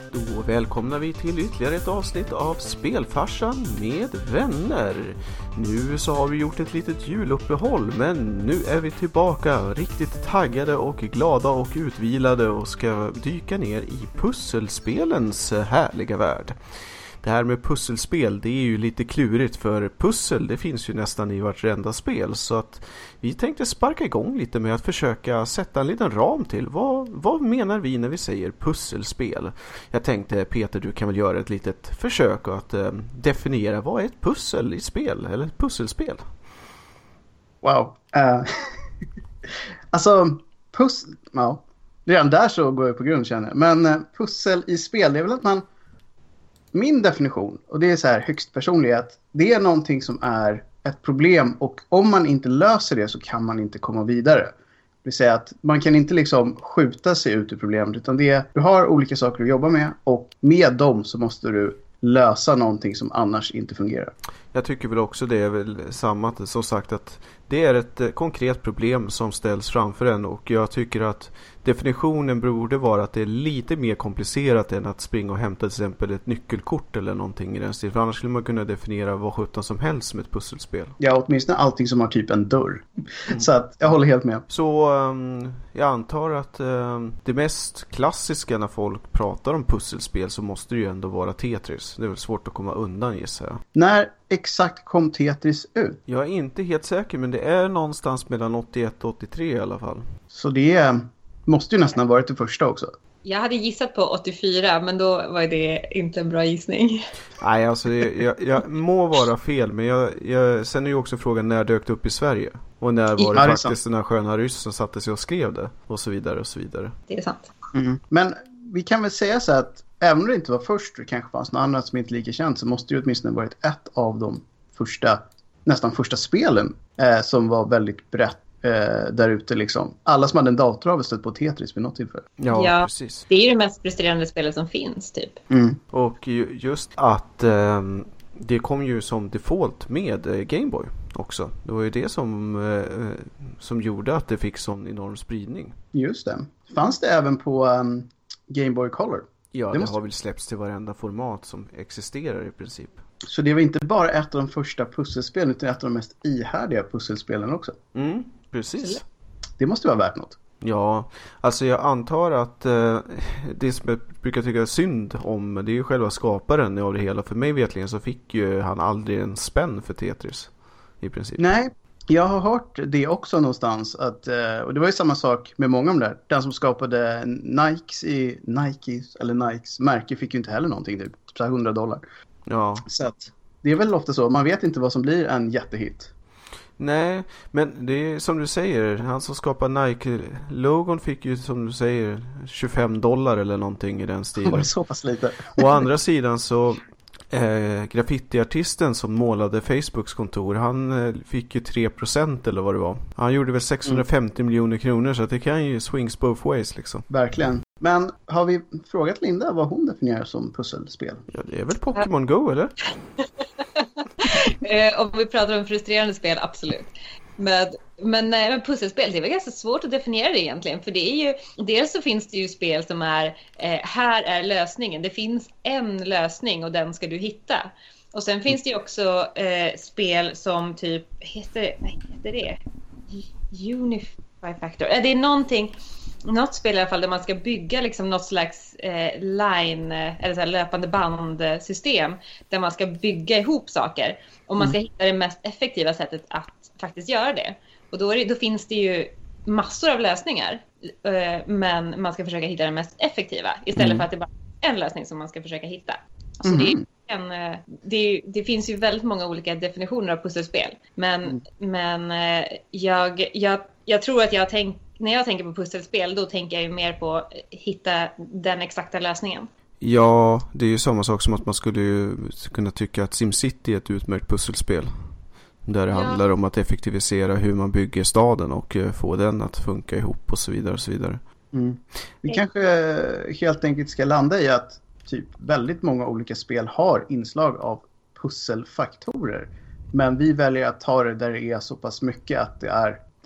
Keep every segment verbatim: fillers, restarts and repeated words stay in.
Då välkomnar vi till ytterligare ett avsnitt av Spelfarsan med vänner. Nu så har vi gjort ett litet juluppehåll, men nu är vi tillbaka riktigt taggade och glada och utvilade och ska dyka ner i pusselspelens härliga värld. Det här med pusselspel, det är ju lite klurigt, för pussel, det finns ju nästan i vartenda spel, så att vi tänkte sparka igång lite med att försöka sätta en liten ram till vad, vad menar vi när vi säger pusselspel. Jag tänkte, Peter, du kan väl göra ett litet försök att eh, definiera vad är ett pussel i spel, eller ett pusselspel? Wow. Uh, alltså, pussel, ja, redan där så går jag på grund, känner jag. Men uh, pussel i spel, det är väl att man, min definition, och det är så här högst personligt, att det är någonting som är ett problem, och om man inte löser det så kan man inte komma vidare. Det vill säga att man kan inte liksom skjuta sig ut ur problemet, utan det är, du har olika saker att jobba med, och med dem så måste du lösa någonting som annars inte fungerar. Jag tycker väl också det är väl samma, som sagt, att det är ett eh, konkret problem som ställs framför en, och jag tycker att definitionen borde vara att det är lite mer komplicerat än att springa och hämta till exempel ett nyckelkort eller någonting i den stilen, för annars skulle man kunna definiera vad sjutton som helst som ett pusselspel. Ja, åtminstone allting som har typ en dörr. Mm. Så att jag håller helt med. Så um, jag antar att um, det mest klassiska när folk pratar om pusselspel så måste det ju ändå vara Tetris. Det är väl svårt att komma undan, gissar jag. När exakt kom Tetris ut? Jag är inte helt säker, men det är någonstans mellan åttioett och åttiotre i alla fall. Så det måste ju nästan ha varit det första också. Jag hade gissat på åttiofyra, men då var det inte en bra gissning. Nej, alltså det, jag, jag må vara fel, men jag, jag, sen är ju också frågan när det dök upp i Sverige. Och när var det ja, faktiskt det den här sköna ryss som satte sig och skrev det. Och så vidare och så vidare. Det är sant. Mm. Men vi kan väl säga så att även om det inte var först, det kanske fanns något annat som inte är lika känt, så måste det ju åtminstone varit ett av de första, nästan första spelen eh, som var väldigt brett eh, där ute liksom. Alla som hade en dator har stött på Tetris vid något tillfälle. Ja, ja, precis. Det är ju det mest frustrerande spelet som finns, typ. Mm. Och ju, just att eh, det kom ju som default med eh, Game Boy också. Det var ju det som, eh, som gjorde att det fick sån enorm spridning. Just det. Fanns det även på um, Game Boy Color? Ja, det, det måste... har väl släppts till varenda format som existerar i princip. Så det var inte bara ett av de första pusselspelen, utan ett av de mest ihärdiga pusselspelen också. Mm, precis. Det måste vara värt något. Ja, alltså jag antar att eh, det som jag brukar tycka är synd om, det är ju själva skaparen av det hela. För mig vetligen så fick ju han aldrig en spänn för Tetris i princip. Nej, jag har hört det också någonstans, att, och det var ju samma sak med många av de där. Den som skapade Nikes i Nikes, eller Nikes märke fick ju inte heller någonting, typ hundra dollar. Ja. Så att det är väl ofta så, man vet inte vad som blir en jättehit. Nej, men det är som du säger, han som skapar Nike-logon fick ju, som du säger, tjugofem dollar eller någonting i den stilen. Var det så pass lite? Å andra sidan så Eh, graffitiartisten som målade Facebooks kontor, han eh, fick ju tre procent eller vad det var. Han gjorde väl sexhundrafemtio mm. miljoner kronor, så att det kan ju swings both ways liksom. Verkligen. Men har vi frågat Linda vad hon definierar som pusselspel? Ja, det är väl Pokémon Go, eller? eh, om vi pratar om frustrerande spel, absolut. Men, men, men pusselspel, det är väl ganska svårt att definiera det egentligen. För det är ju, dels så finns det ju spel som är, eh, här är lösningen. Det finns en lösning och den ska du hitta. Och sen finns det ju också eh, spel som typ, heter, nej, heter det? Unify Factor. Eh, det är någonting, något spel i alla fall där man ska bygga liksom något slags eh, line, eller så här löpande bandsystem. Där man ska bygga ihop saker. Och man ska hitta det mest effektiva sättet att faktiskt göra det. Och då, är det, då finns det ju massor av lösningar. Eh, men man ska försöka hitta den mest effektiva. Istället mm. för att det bara är en lösning som man ska försöka hitta. Så mm. det, är en, det, det finns ju väldigt många olika definitioner av pusselspel. Men, mm. men eh, jag, jag, jag tror att jag tänk, när jag tänker på pusselspel, då tänker jag ju mer på att hitta den exakta lösningen. Ja, det är ju samma sak som att man skulle ju kunna tycka att SimCity är ett utmärkt pusselspel. Där det ja. handlar om att effektivisera hur man bygger staden och få den att funka ihop och så vidare och så vidare. Mm. Vi kanske helt enkelt ska landa i att typ väldigt många olika spel har inslag av pusselfaktorer. Men vi väljer att ta det där det är så pass mycket att det är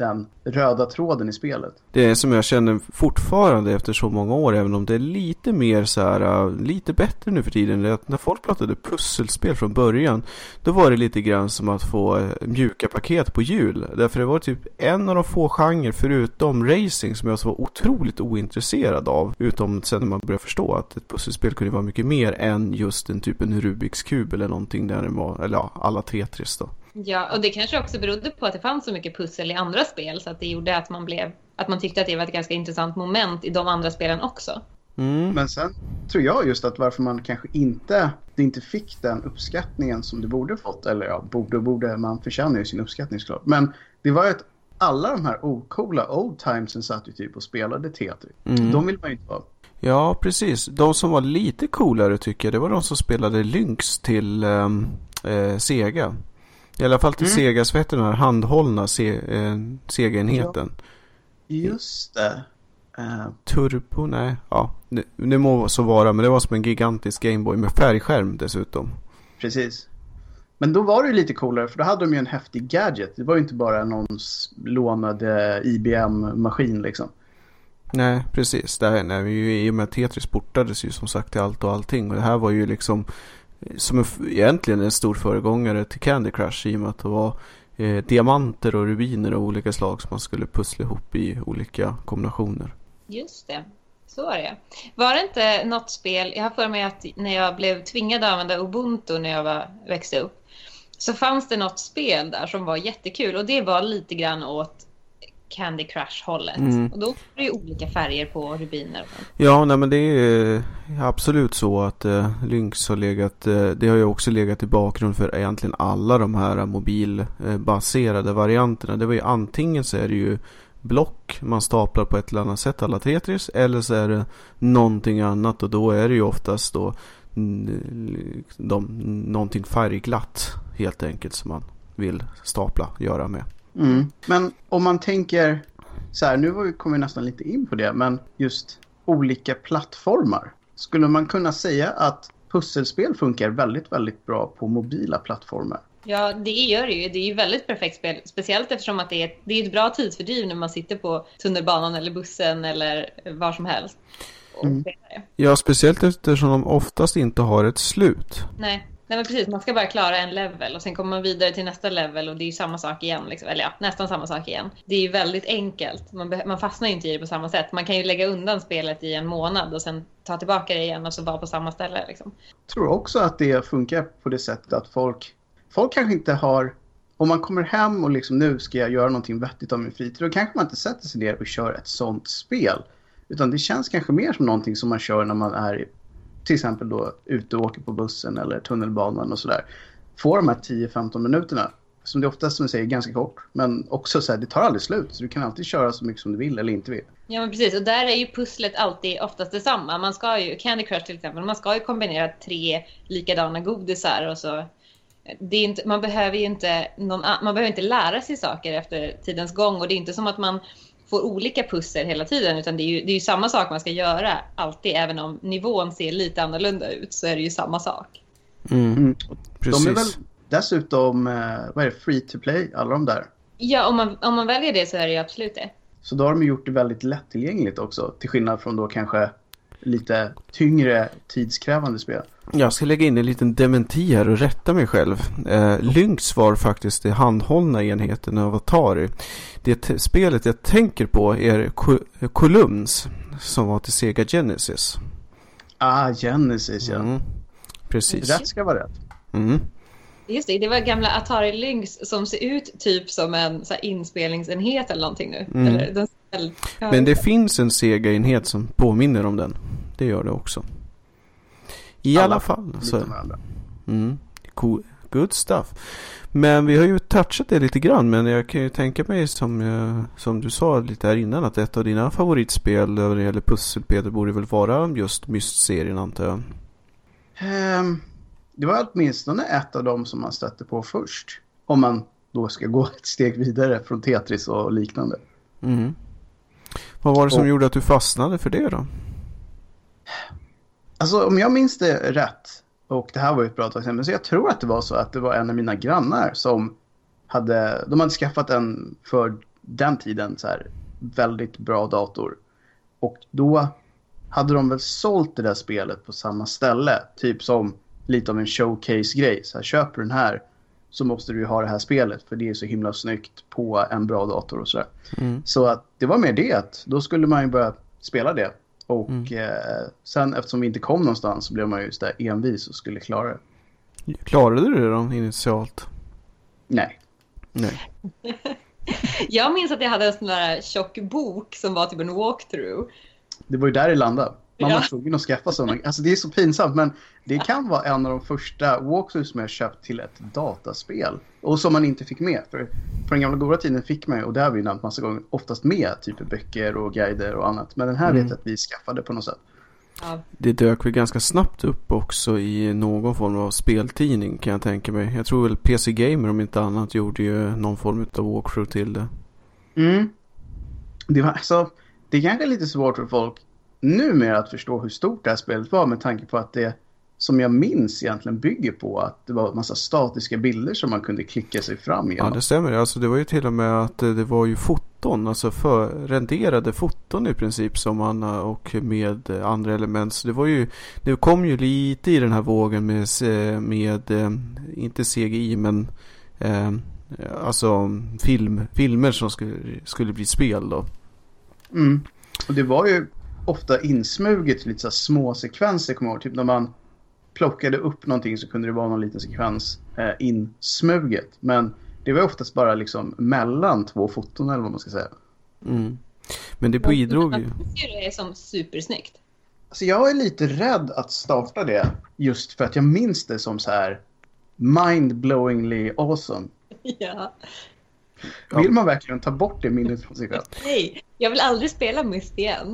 den röda tråden i spelet. Det är som jag känner fortfarande efter så många år, även om det är lite mer så här, lite bättre nu för tiden. Att när folk pratade pusselspel från början, då var det lite grann som att få mjuka paket på jul. Därför det var typ en av de få genrer förutom racing som jag var otroligt ointresserad av. Utom sen när man började förstå att ett pusselspel kunde vara mycket mer än just en typ en Rubiks kub eller någonting där det var, eller ja, alla Tetris då. Ja, och det kanske också berodde på att det fanns så mycket pussel i andra spel så att det gjorde att man blev att man tyckte att det var ett ganska intressant moment i de andra spelen också. Mm. Men sen tror jag just att varför man kanske inte det inte fick den uppskattningen som det borde fått, eller ja, borde och borde, man förtjänar ju sin uppskattning såklart. Men det var ju att alla de här ocoola old timesen satt ju typ och spelade Tetris. Mm. De vill man ju inte vara. Ja, precis. De som var lite coolare tycker jag, det var de som spelade Lynx till ähm, äh, Sega. I alla fall till mm. Sega, så heter den här handhållna se, äh, Sega-enheten. Ja, just det. Uh. Turbo, nej. Ja, det, det må så vara, men det var som en gigantisk Gameboy med färgskärm dessutom. Precis. Men då var det ju lite coolare, för då hade de ju en häftig gadget. Det var ju inte bara någon lånad I B M-maskin liksom. Nej, precis. Det här, nej, i och med att Tetris portades ju som sagt till allt och allting. Och det här var ju liksom som en, egentligen en stor föregångare till Candy Crush i och med att det var eh, diamanter och rubiner av olika slag som man skulle pussla ihop i olika kombinationer. Just det, så är det. Var det inte något spel, jag har för mig att när jag blev tvingad att använda Ubuntu när jag var, växte upp, så fanns det något spel där som var jättekul och det var lite grann åt Candy Crush-hållet. Mm. Och då var det ju olika färger på rubiner. Ja, nej, men det är absolut så att eh, Lynx har legat, eh, det har ju också legat i bakgrund för egentligen alla de här mobilbaserade varianterna. Det var ju antingen så är det ju block man staplar på ett eller annat sätt alla Tetris, eller så är det någonting annat och då är det ju oftast då de, någonting färgglatt helt enkelt som man vill stapla, göra med. Mm. Men om man tänker så här, nu kommer vi nästan lite in på det, men just olika plattformar. Skulle man kunna säga att pusselspel funkar väldigt, väldigt bra på mobila plattformar? Ja, det gör det ju. Det är ju väldigt perfekt spel. Speciellt eftersom att det är, det är ett bra tidsfördriv när man sitter på tunnelbanan eller bussen eller var som helst. Mm. Ja, speciellt eftersom de oftast inte har ett slut. Nej. Nej, men precis, man ska bara klara en level och sen kommer man vidare till nästa level och det är ju samma sak igen liksom. Eller ja, nästan samma sak igen. Det är ju väldigt enkelt, man, be- man fastnar ju inte i det på samma sätt. Man kan ju lägga undan spelet i en månad och sen ta tillbaka det igen och så vara på samma ställe liksom. Jag tror också att det funkar på det sättet att folk folk kanske inte har, om man kommer hem och liksom nu ska jag göra någonting vettigt av min fritid, då kanske man inte sätter sig ner och kör ett sånt spel, utan det känns kanske mer som någonting som man kör när man är till exempel då ute och åker på bussen eller tunnelbanan och sådär. Får de här tio femton minuterna, som det oftast som jag säger ganska kort, men också så här, det tar aldrig slut, så du kan alltid köra så mycket som du vill eller inte vill. Ja, men precis, och där är ju pusslet alltid oftast detsamma. Man ska ju, Candy Crush till exempel, man ska ju kombinera tre likadana godisar och så. Det är inte, man behöver ju inte någon, man behöver inte lära sig saker efter tidens gång, och det är inte som att man får olika pussel hela tiden, utan det är ju, det är ju samma sak man ska göra alltid, även om nivån ser lite annorlunda ut så är det ju samma sak. Mm. Mm. De är väl dessutom vad är det, free to play, alla de där? Ja, om man, om man väljer det så är det ju absolut det. Så då har de gjort det väldigt lättillgängligt också, till skillnad från då kanske lite tyngre, tidskrävande spel. Jag ska lägga in en liten dementi här och rätta mig själv. Eh, Lynx var faktiskt det handhållna enheten av Atari. Det t- spelet jag tänker på är Col- Columns som var till Sega Genesis. Ah, Genesis, ja. Mm, precis. Rätt ska vara rätt. Mm. Just det, det var gamla Atari Lynx som ser ut typ som en så här, inspelningsenhet eller någonting nu. Mm. Eller, den spel... Men det finns en Sega-enhet som påminner om den. Det gör det också. I alla, alla fall. Så. Mm, cool. Good stuff. Men vi har ju touchat det lite grann. Men jag kan ju tänka mig som, jag, som du sa lite här innan, att ett av dina favoritspel när det gäller pussel, Peter, borde väl vara just Myst-serien, antar jag. Um, det var åtminstone ett av dem som man stötte på först. Om man då ska gå ett steg vidare från Tetris och liknande. Mm. Vad var det som och, gjorde att du fastnade för det då? Alltså om jag minns det rätt, och det här var ju ett bra tag sedan, men så jag tror att det var så att det var en av mina grannar som hade, de hade skaffat en för den tiden så här väldigt bra dator. Och då hade de väl sålt det där spelet på samma ställe. Typ som lite av en showcase-grej. Så här, köper den här så måste du ju ha det här spelet. För det är så himla snyggt på en bra dator och sådär. Mm. Så att det var mer det. Att då skulle man ju börja spela det. Och mm. eh, sen eftersom vi inte kom någonstans så blev man ju så där envis och skulle klara det. Klarade du det då initialt? Nej. Nej. Jag minns att jag hade en sån där tjock bok som var typ en walkthrough. Det var ju där det landade. Man Ja. var tvungen att skaffa sådana. Alltså det är så pinsamt, men det kan vara en av de första walkthroughs som jag köpt till ett dataspel. Och som man inte fick med. För på den gamla goda tiden fick man ju, och det har vi nämnt massa gånger, oftast med typ böcker och guider och annat. Men den här mm. vet jag att vi skaffade på något sätt. Ja. Det dök väl ganska snabbt upp också i någon form av speltidning kan jag tänka mig. Jag tror väl P C Gamer om inte annat gjorde ju någon form av walkthrough till det. Mm. Det var alltså, det är kanske lite svårt för folk numera att förstå hur stort det här spelet var med tanke på att det, som jag minns, egentligen bygger på att det var en massa statiska bilder som man kunde klicka sig fram igenom. Ja, det stämmer. Alltså, det var ju till och med att det var ju foton, alltså för renderade foton i princip som man, och med andra element. Så det var ju, det kom ju lite i den här vågen med, med inte C G I men eh, alltså film, filmer som skulle, skulle bli spel då. Mm. Och det var ju ofta insmuget lite så här små sekvenser, kommer jag ihåg. Typ när man plockade upp någonting så kunde det vara någon liten sekvens eh, insmuget. Men det var oftast bara liksom mellan två foton eller vad man ska säga. Mm. Men det bidrog ju. Det är som supersnyggt. Alltså jag är lite rädd att starta det just för att jag minns det som så här mind-blowingly awesome. Ja. Vill man verkligen ta bort det minnet från sig själv? Nej, jag vill aldrig spela Myst igen.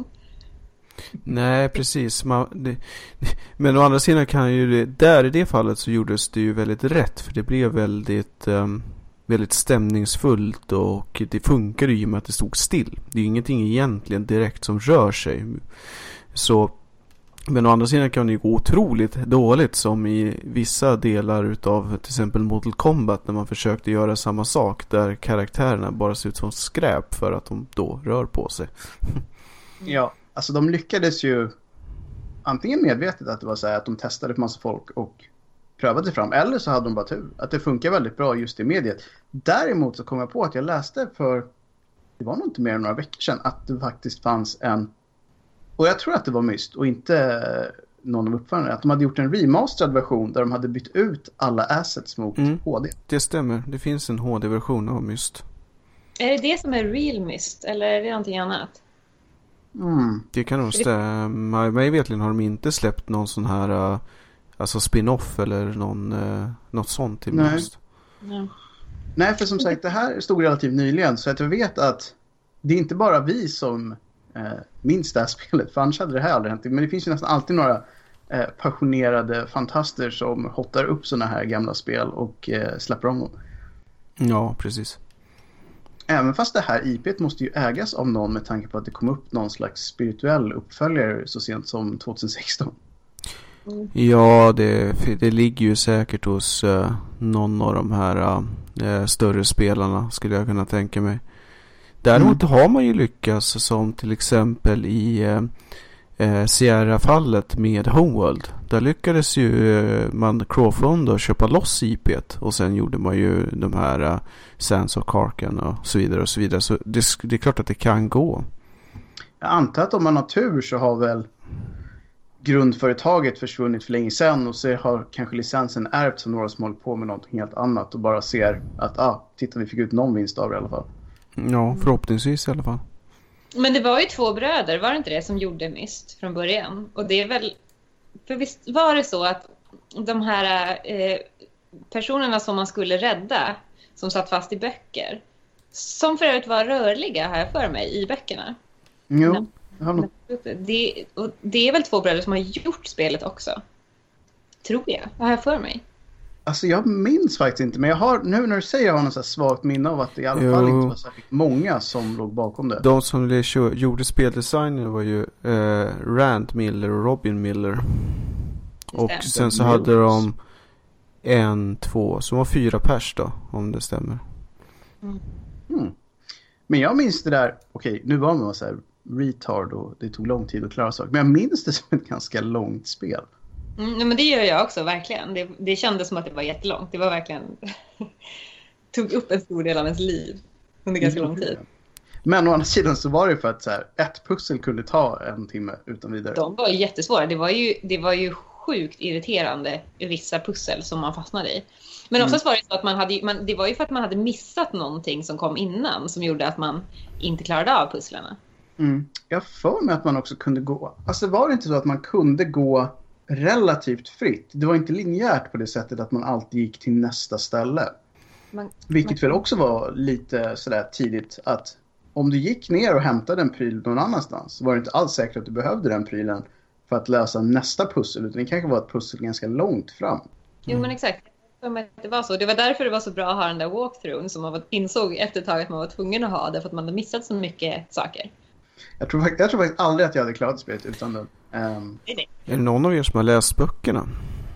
Nej, precis. Man, det, men å andra sidan kan ju det, där i det fallet så gjordes det ju väldigt rätt. För det blev väldigt, um, väldigt stämningsfullt och det funkade ju med att det stod still. Det är ju ingenting egentligen direkt som rör sig. Så, men å andra sidan kan det ju gå otroligt dåligt som i vissa delar utav till exempel Mortal Kombat när man försökte göra samma sak där karaktärerna bara ser ut som skräp för att de då rör på sig. Ja. Alltså de lyckades ju antingen medvetet att det var så här att de testade på massa folk och prövade sig fram. Eller så hade de bara tur. Att det funkar väldigt bra just i mediet. Däremot så kom jag på att jag läste för, det var nog inte mer än några veckor sedan, att det faktiskt fanns en, och jag tror att det var Myst och inte någon av uppförarna, att de hade gjort en remasterad version där de hade bytt ut alla assets mot mm, H D. Det stämmer. Det finns en H D-version av Myst. Är det det som är Real Myst eller är det någonting annat? Mm. Det kan nog stämma. Mig vetligen har de inte släppt någon sån här uh, alltså spin-off eller någon, uh, något sånt till Myst. Nej. Nej, för som sagt, det här stod relativt nyligen så att jag vet att det är inte bara vi som eh, minns det här spelet, för annars hade det här aldrig hänt. Men det finns ju nästan alltid några eh, passionerade fantaster som hotar upp såna här gamla spel och eh, släpper om dem. Ja, precis. Även fast det här I P:t måste ju ägas av någon med tanke på att det kom upp någon slags spirituell uppföljare så sent som tjugohundrasexton. Mm. Ja, det, det ligger ju säkert hos uh, någon av de här uh, större spelarna skulle jag kunna tänka mig. Däremot mm. har man ju lyckats som till exempel i uh, uh, Sierra-fallet med Homeworld. Där lyckades ju uh, man crowdfunda och köpa loss I P:t och sen gjorde man ju de här uh, Sands of Karken och så vidare och så vidare. Så det, det är klart att det kan gå. Jag antar att om man har tur så har väl grundföretaget försvunnit för länge sedan och så har kanske licensen ärvt som några som håller på med något helt annat och bara ser att ah, titta, vi fick ut någon vinst av det i alla fall. Ja, förhoppningsvis i alla fall. Men det var ju två bröder, var det inte det som gjorde Myst från början? Och det är väl, för visst var det så att de här eh, personerna som man skulle rädda, som satt fast i böcker, som för övrigt var rörliga här för mig i böckerna. Jo. Men, det, och det är väl två bröder som har gjort spelet också. Tror jag, vad har jag för mig? Alltså jag minns faktiskt inte, men jag har, nu när du säger jag har något så här svagt minne av att det i alla jo. fall inte var så många som låg bakom det. De som gjorde speldesignen var ju eh, Rand Miller och Robin Miller. Och sen så hade de en, två, som var fyra pers då, om det stämmer. Mm. Mm. Men jag minns det där, okej, okay, nu var man så här retard och det tog lång tid att klara saker. Men jag minns det som ett ganska långt spel. Mm, men det gör jag också, verkligen. Det, det kändes som att det var jättelångt. Det var verkligen... tog upp en stor del av ens liv under ganska lång tid. Men å andra sidan så var det för att så här, ett pussel kunde ta en timme utan vidare. De var jättesvåra. Det var ju, det var ju sjukt irriterande vissa pussel som man fastnade i. Men oftast var det så att man hade, man, det var ju för att man hade missat någonting som kom innan som gjorde att man inte klarade av pusslarna. Mm. Jag för mig att man också kunde gå. Alltså var det inte så att man kunde gå relativt fritt? Det var inte linjärt på det sättet att man alltid gick till nästa ställe. Man, Vilket man... väl också var lite sådär tidigt att om du gick ner och hämtade en pryl någon annanstans så var det inte alls säkert att du behövde den prylen för att lösa nästa pussel, utan det kanske var ett pussel ganska långt fram. Mm. Jo, men exakt. Det var så. Det var därför det var så bra att ha den där walkthroughen som man insåg efter ett tag att man var tvungen att ha, därför att man hade missat så mycket saker. Jag tror, jag tror faktiskt aldrig att jag hade klarat spelet utan den. Um... Är det någon av er som har läst böckerna?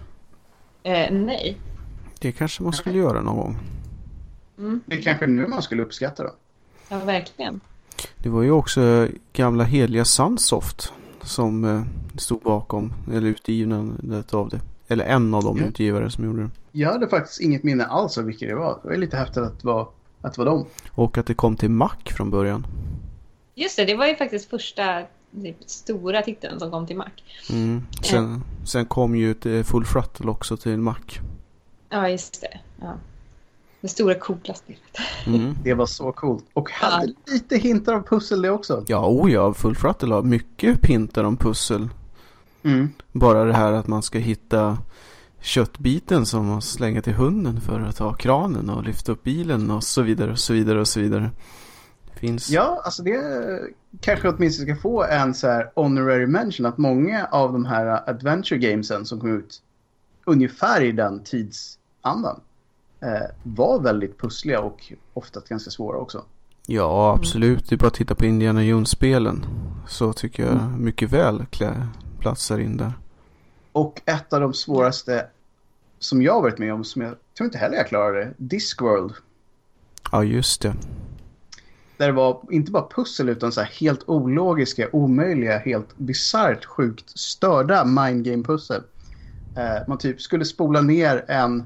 Eh, nej. Det kanske man skulle göra någon gång. Mm. Det är kanske nu man skulle uppskatta då. Ja, verkligen. Det var ju också gamla heliga Sunsoft som eh, stod bakom, eller utgivandet av det. Eller en av de ja. utgivare som gjorde det. Jag hade faktiskt inget minne alls av vilka det var. Det var lite häftigt att det var, att det var dem. Och att det kom till Mac från början. Just det, det var ju faktiskt första typ, stora titeln som kom till Mac. Mm. Sen, mm. sen kom ju ett Full Throttle också till Mac. Ja, just det. Ja. Det stora coola spelet. Mm. Det var så coolt. Och hade ja. lite hintar av pussel det också. Ja, oh ja, Full Throttle har mycket hintar om pussel. Mm. Bara det här att man ska hitta köttbiten som man slänger till hunden för att ta kranen och lyfta upp bilen och så vidare och så vidare och så vidare. Det finns... Ja, alltså det kanske åtminstone ska få en så här honorary mention att många av de här adventure gamesen som kom ut ungefär i den tidsandan eh, var väldigt pussliga och ofta ganska svåra också. Ja, absolut. Det är bara att titta på Indiana Jones-spelen så tycker jag mm. mycket väl klä platsar in där. Och ett av de svåraste som jag har varit med om, som jag tror inte heller jag klarade, Discworld. Ja, just det. Där det var inte bara pussel utan så här helt ologiska, omöjliga, helt bizarrt sjukt störda mindgame-pussel. Eh, man typ skulle spola ner en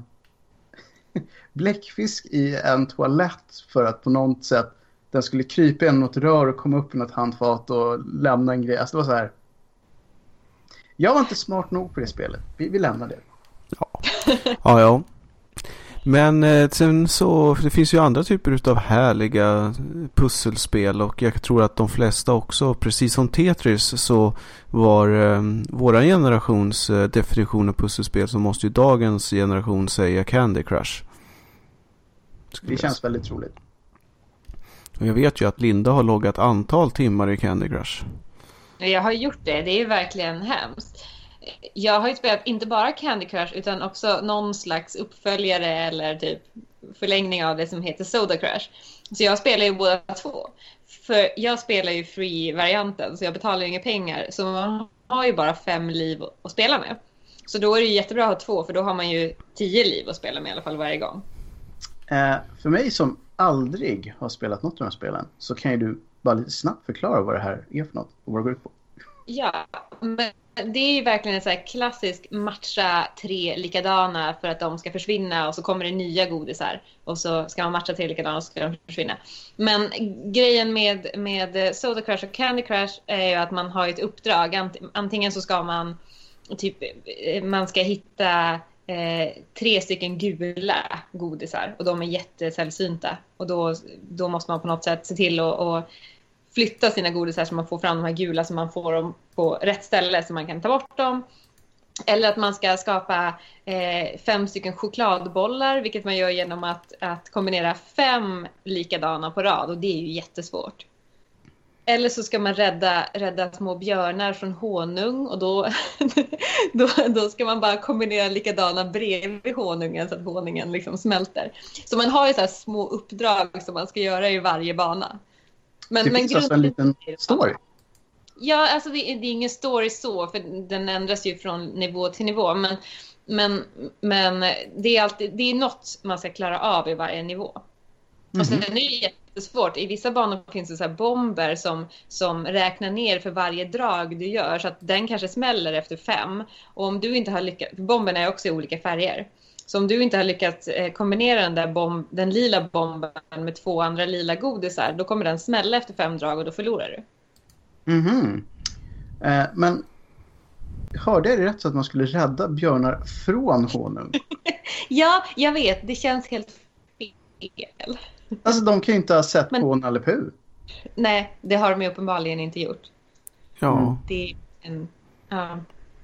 bläckfisk i en toalett för att på något sätt den skulle krypa in något rör och komma upp i något handfat och lämna en grej. Alltså det var så här. Jag var inte smart nog på det spelet. Vi, vi lämnar det. Ja, ja. ja. Men eh, sen så, det finns ju andra typer av härliga pusselspel och jag tror att de flesta också, precis som Tetris, så var eh, våra generations eh, definition av pusselspel så måste ju dagens generation säga Candy Crush. Det känns väldigt troligt. Och jag vet ju att Linda har loggat antal timmar i Candy Crush. Jag har gjort det, det är verkligen hemskt. Jag har ju spelat inte bara Candy Crush utan också någon slags uppföljare eller typ förlängning av det som heter Soda Crush. Så jag spelar ju båda två. För jag spelar ju free-varianten så jag betalar ju inga pengar. Så man har ju bara fem liv att spela med. Så då är det ju jättebra att ha två för då har man ju tio liv att spela med i alla fall varje gång. Eh, för mig som aldrig har spelat något av de här spelen så kan ju du bara lite snabbt förklara vad det här är för något och vad det går ut på. Ja, men det är ju verkligen en så här klassisk matcha tre likadana för att de ska försvinna och så kommer det nya godisar och så ska man matcha tre likadana och så ska de försvinna. Men grejen med, med Soda Crush och Candy Crush är ju att man har ett uppdrag. Antingen så ska man typ, man ska hitta eh, tre stycken gula godisar och de är jättesällsynta och då, då måste man på något sätt se till att och flytta sina godisar så man får fram de här gula så man får dem på rätt ställe så man kan ta bort dem. Eller att man ska skapa eh, fem stycken chokladbollar vilket man gör genom att, att kombinera fem likadana på rad och det är ju jättesvårt. Eller så ska man rädda, rädda små björnar från honung och då, då, då ska man bara kombinera likadana bredvid honungen så att honungen liksom smälter. Så man har ju så här små uppdrag som man ska göra i varje bana. Men, det men finns alltså en liten story. Ja, alltså det, det är ingen story så, för den ändras ju från nivå till nivå. Men, men, men det är alltid det är något man ska klara av i varje nivå. Mm-hmm. Och sen är det ju jättesvårt. I vissa banor finns det så här bomber som, som räknar ner för varje drag du gör. Så att den kanske smäller efter fem. Och om du inte har lyckats... Bomben är också i olika färger. Så om du inte har lyckats kombinera den där bomb, den lila bomben med två andra lila godisar, då kommer den smälla efter fem drag och då förlorar du. Mhm. Eh, men hörde jag det rätt så att man skulle rädda björnar från honung? Ja, jag vet. Det känns helt fel. Alltså de kan ju inte ha sett men, på Nalle Puh. Nej, det har de ju uppenbarligen inte gjort. Ja. Mm. Det är en... Ja.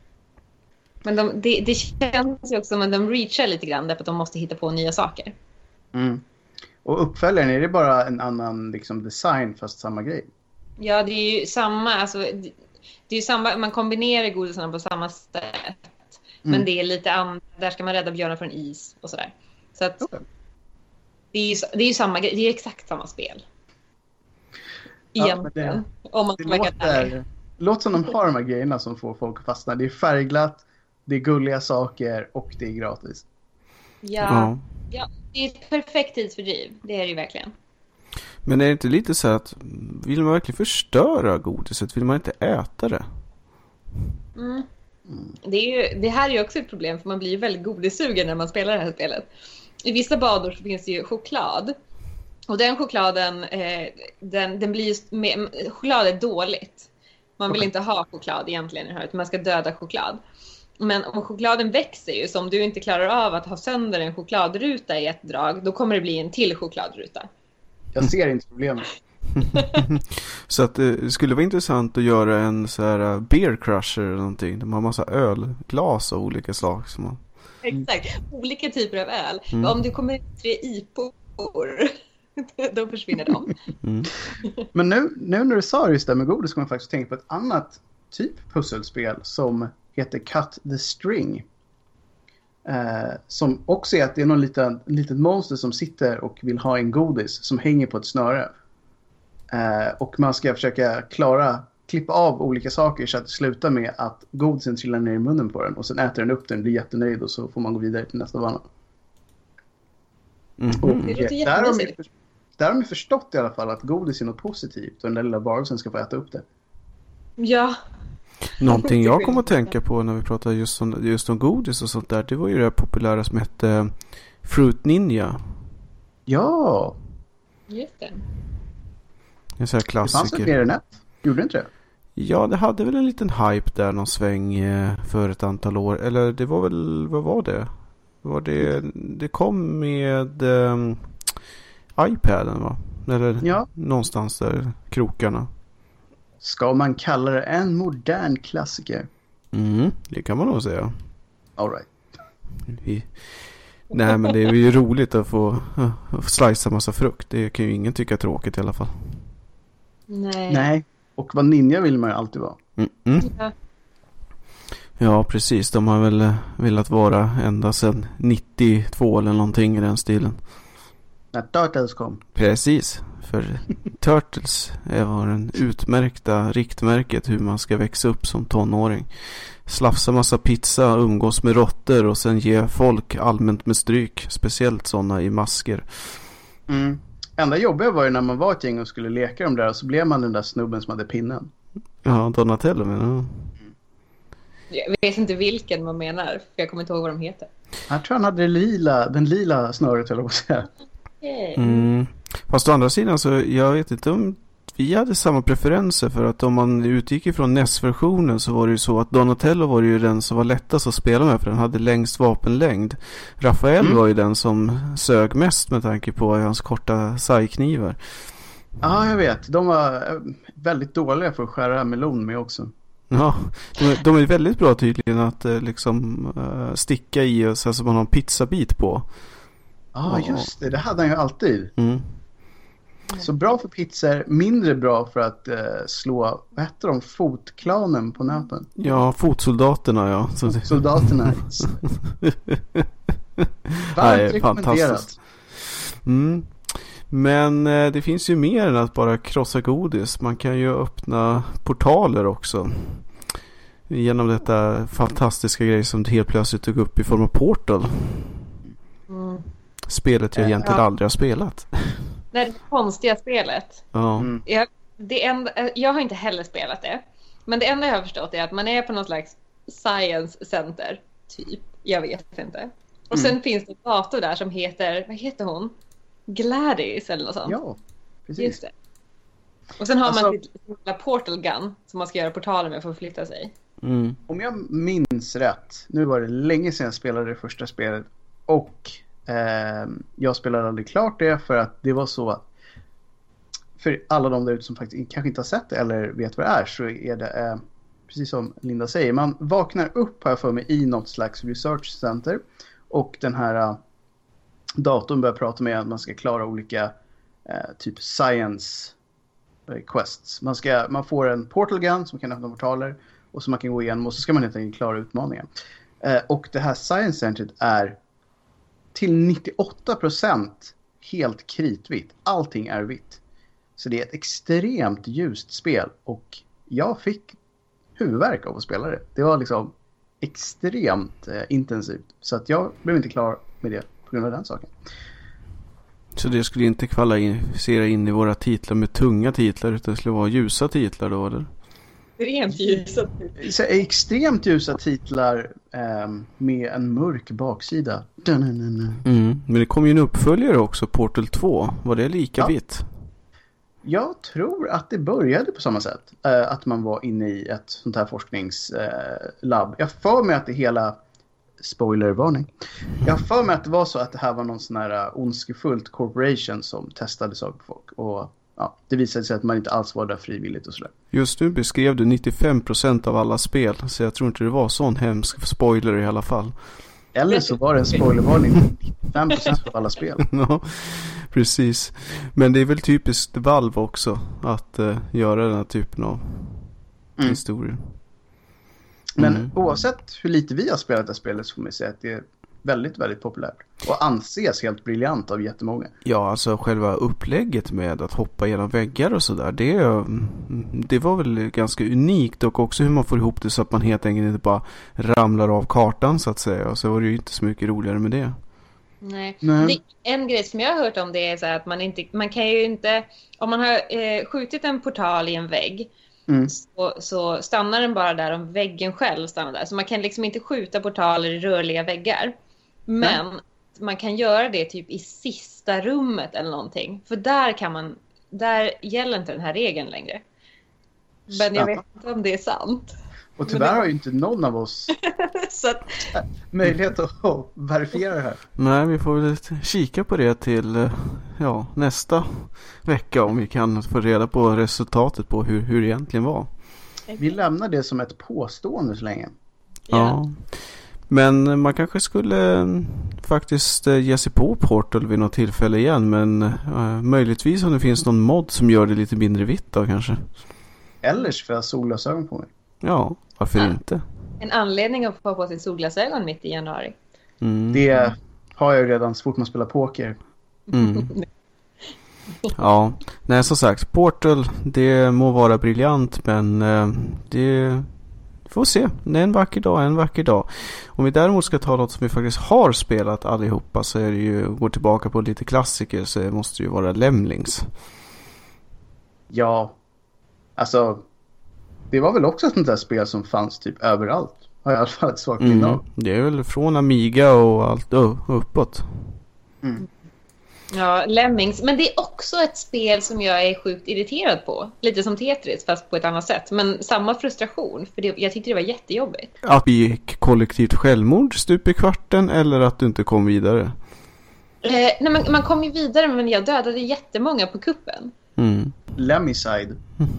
Men de, det, det känns ju också som att de reachar lite grann därför att de måste hitta på nya saker. Mm. Och uppföljaren, är det bara en annan liksom, design fast samma grej? Ja, det är ju samma, alltså, det, det är ju samma, man kombinerar godisarna på samma sätt. Mm. Men det är lite annat, där ska man rädda björnar från is och sådär. Så att okay. det är ju det är ju samma grej, det är exakt samma spel. Egentligen. Ja, om man det låter, låter som de har de här grejerna som får folk att fastna. Det är färgglatt, det är gulliga saker och det är gratis. Ja, ja. ja det är ett perfekt tidsfördriv. Det är det ju verkligen. Men är det inte lite så att vill man verkligen förstöra godiset? Vill man inte äta det? Mm. Mm. Det, är ju, det här är ju också ett problem för man blir ju väldigt godisugen när man spelar det här spelet. I vissa banor så finns det ju choklad. Och den chokladen, eh, den, den blir just med, choklad är dåligt. Man vill okay. inte ha choklad egentligen i det här, utan man ska döda choklad. Men om chokladen växer ju, så om du inte klarar av att ha sönder en chokladruta i ett drag, då kommer det bli en till chokladruta. Jag ser inte problemet. Så att det skulle vara intressant att göra en så här beer crusher eller någonting. De har massa ölglas av olika slag. Som man... Exakt, olika typer av öl. Mm. Om du kommer tre ipor, då försvinner de. Mm. Men nu, nu när du sa just det med godis, kommer jag faktiskt tänka på ett annat typ pusselspel som heter Cut the String. Eh, som också är att det är någon liten, litet monster som sitter och vill ha en godis som hänger på ett snöre. Eh, och man ska försöka klara, klippa av olika saker så att det slutar med att godisen trillar ner i munnen på den och sen äter den upp den, blir jättenöjd och så får man gå vidare till nästa bana. Mm. Och, det där, har de, där har de förstått i alla fall att godis är något positivt och den där lilla varelsen ska få äta upp det. Ja. Någonting jag kommer att tänka på när vi pratar just om, just om godis och sånt där, det var ju det populära som hette Fruit Ninja. Ja. Just det. En sån här klassiker. Det fanns ett mer än ett. Gjorde det inte det? Ja, det hade väl en liten hype där någon sväng för ett antal år. Eller det var väl, vad var det? Var det, det kom med um, iPaden va? Eller ja. Någonstans där, krokarna. Ska man kalla det en modern klassiker? Mm, det kan man nog säga. All right. Vi... Nej, men det är ju roligt att få uh, slicea massa frukt. Det kan ju ingen tycka är tråkigt i alla fall. Nej. Nej, och vad ninja vill man ju alltid vara. Mm -mm. Ja. Ja, precis. De har väl velat vara ända sedan nittiotvå eller någonting i den stilen. När Turtles kom. Precis. För Turtles var den utmärkta riktmärket hur man ska växa upp som tonåring. Slafsa massa pizza, umgås med råttor och sen ge folk allmänt med stryk. Speciellt sådana i masker. Mm. Enda jobbiga var ju när man var ett gäng och skulle leka dem där och så blev man den där snubben som hade pinnen. Ja, Donatello menar jag. Jag vet inte vilken man menar, för jag kommer inte ihåg vad de heter. Jag tror han hade det lila, den lila snöret eller vad säga. Mm. Fast å andra sidan så jag vet inte om vi hade samma preferenser, för att om man utgick ifrån N E S-versionen så var det ju så att Donatello var ju den som var lättast att spela med för den hade längst vapenlängd. Rafael mm. var ju den som sög mest med tanke på hans korta sajknivar. Ja, jag vet. De var väldigt dåliga för att skära melon med också. Ja, de är, de är väldigt bra tydligen att liksom uh, sticka i och så att man har en pizzabit på. Ja, ah, just det. Det hade han ju alltid. Mm. Så bra för pizzor, mindre bra för att uh, slå, vad heter de, fotklanen på näten? Ja, fotsoldaterna, ja. Fotsoldaterna. Varmt rekommenderat. Mm. Men eh, det finns ju mer än att bara krossa godis. Man kan ju öppna portaler också. Genom detta fantastiska grej som helt plötsligt tog upp i form av Portal. Mm. Spelet jag egentligen ja. aldrig har spelat. Nej, det konstiga spelet. Ja. Mm. Jag, det enda, jag har inte heller spelat det. Men det enda jag har förstått är att man är på någon slags science center. Typ. Jag vet inte. Och sen Mm. finns det en dator där som heter, vad heter hon? Gladys eller något sånt. Ja, precis. Just det. Och sen har Alltså- man sitt lilla portal gun som man ska göra portaler med för att flytta sig. Mm. Om jag minns rätt, nu var det länge sedan jag spelade det första spelet och eh, jag spelade aldrig klart det för att det var så att för alla de där ute som faktiskt kanske inte har sett det eller vet vad det är så är det eh, precis som Linda säger, man vaknar upp här för mig i något slags research center och den här uh, datorn börjar prata med att man ska klara olika uh, typ science uh, quests. Man, ska, man får en portal gun som kan öppna portaler och som man kan gå igenom och så ska man helt enkelt klara utmaningen. Uh, och det här science centret är till nittioåtta procent helt kritvitt. Allting är vitt. Så det är ett extremt ljust spel och jag fick huvudvärk av att spela det. Det var liksom extremt eh, intensivt. Så att jag blev inte klar med det på grund av den saken. Så det skulle inte kvalificera in i våra titlar med tunga titlar utan det skulle vara ljusa titlar då, eller? Extremt ljusa. Så extremt ljusa titlar eh, med en mörk baksida. Mm. Men det kom ju en uppföljare också, Portal två. Var det lika Ja. vitt? Jag tror att det började på samma sätt. Eh, att man var inne i ett sånt här forskningslabb. Eh, jag för mig att det hela... Spoilervarning. Jag för mig att det var så att det här var någon sån här uh, ondskefullt corporation som testade saker på folk. Och ja, det visade sig att man inte alls var där frivilligt och sådär. Just nu beskrev du nittiofem procent av alla spel. Så jag tror inte det var sån hemsk spoiler i alla fall. Eller så var det en spoilervarning. nittiofem procent av alla spel. Ja, precis. Men det är väl typiskt Valve också att uh, göra den här typen av Mm. historier. Men Mm. oavsett hur lite vi har spelat det här spelet så får man säga att det är väldigt, väldigt populärt. Och anses helt briljant av jättemånga. Ja, alltså själva upplägget med att hoppa genom väggar och sådär, det, det var väl ganska unikt och också hur man får ihop det så att man helt enkelt inte bara ramlar av kartan så att säga. Och så var det ju inte så mycket roligare med det. Nej. Nej. Det, en grej som jag har hört om det är så att man inte, man kan ju inte, om man har eh, skjutit en portal i en vägg Mm. så, så stannar den bara där om väggen själv stannar där. Så man kan liksom inte skjuta portaler i rörliga väggar. Men mm. man kan göra det typ i sista rummet eller någonting. För där kan man, där gäller inte den här regeln längre. Men jag vet inte om det är sant. Och tyvärr det... har ju inte någon av oss så att... möjlighet att verifiera det här. Nej, vi får väl kika på det till ja, nästa vecka om vi kan få reda på resultatet på hur, hur det egentligen var. Vi lämnar det som ett påstående så länge. Ja. ja. Men man kanske skulle faktiskt ge sig på Portal vid något tillfälle igen. Men uh, möjligtvis om det finns någon mod som gör det lite mindre vitt då kanske. Eller så får jag solglasögon på mig. Ja, varför ja. inte? En anledning att få på sig solglasögon mitt i januari. Mm. Det har jag ju redan så fort man spelar poker. Mm. Ja, nej som sagt, Portal, det må vara briljant men uh, det får se. Det är en vacker dag, en vacker dag. Om vi däremot ska ta något som vi faktiskt har spelat allihopa så är det ju, går tillbaka på lite klassiker så det måste ju vara Lemmings. Ja, alltså det var väl också ett sånt där spel som fanns typ överallt. Har jag i alla fall ett svagt minne av. Det är väl från Amiga och allt uh, uppåt. Mm. Ja, Lemmings. Men det är också ett spel som jag är sjukt irriterad på. Lite som Tetris, fast på ett annat sätt. Men samma frustration, för det, jag tyckte det var jättejobbigt. Att vi gick kollektivt självmord stup i kvarten eller att du inte kom vidare? Eh, nej, man, man kom ju vidare, men jag dödade jättemånga på kuppen. Mm. Lemmicide.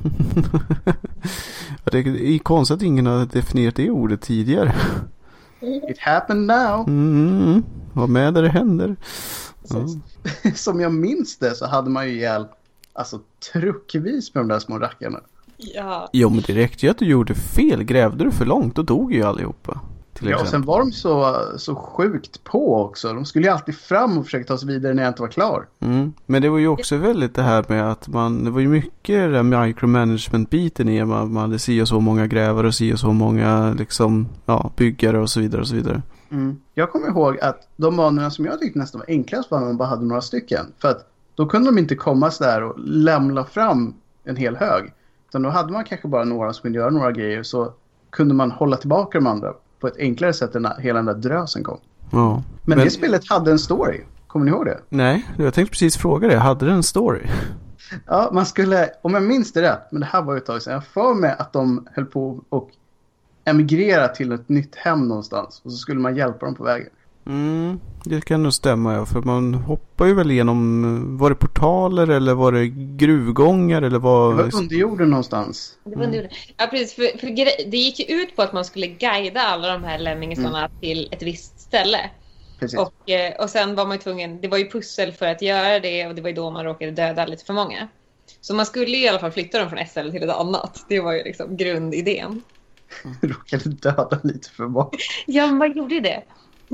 Det är konstigt att ingen har definierat det ordet tidigare. It happened now. Mm, var med där det händer. Ja. Som jag minns det så hade man ju ihjäl alltså truckvis med de där små rackarna. Ja. Jo, men direkt ju att du gjorde fel. Grävde du för långt, då dog ju allihopa. Ja, och sen var de så, så sjukt på också. De skulle ju alltid fram och försöka ta sig vidare när jag inte var klar. Mm. Men det var ju också väldigt det här med att man, det var ju mycket den micromanagement-biten i. Man, man hade si och så många grävare och si och så många liksom, ja, byggare och så vidare och så vidare. Mm. Jag kommer ihåg att de banorna som jag tyckte nästan var enklast var när man bara hade några stycken. För att då kunde de inte komma så där och lämna fram en hel hög. Utan då hade man kanske bara några som kunde göra några grejer, så kunde man hålla tillbaka de andra på ett enklare sätt än hela den där drösen kom. Ja. Men, men det spelet hade en story. Kommer ni ihåg det? Nej, jag tänkte precis fråga det. Hade det en story? Ja, man skulle, om jag minns det rätt, men det här var ju ett tag sedan, jag får med att de höll på och emigrera till ett nytt hem någonstans. Och så skulle man hjälpa dem på vägen. Mm, det kan nog stämma, ja. För man hoppar ju väl igenom, var det portaler eller var det gruvgångar eller var... Det var under jorden någonstans. Det var under jorden. Ja, precis. För, för det gick ju ut på att man skulle guida alla de här lemmingarna mm. till ett visst ställe. Precis. Och, och sen var man ju tvungen, det var ju pussel för att göra det, och det var ju då man råkade döda lite för många. Så man skulle ju i alla fall flytta dem från ett ställe till ett annat. Det var ju liksom grundidén. Råkade döda lite för många. Ja, men man gjorde det.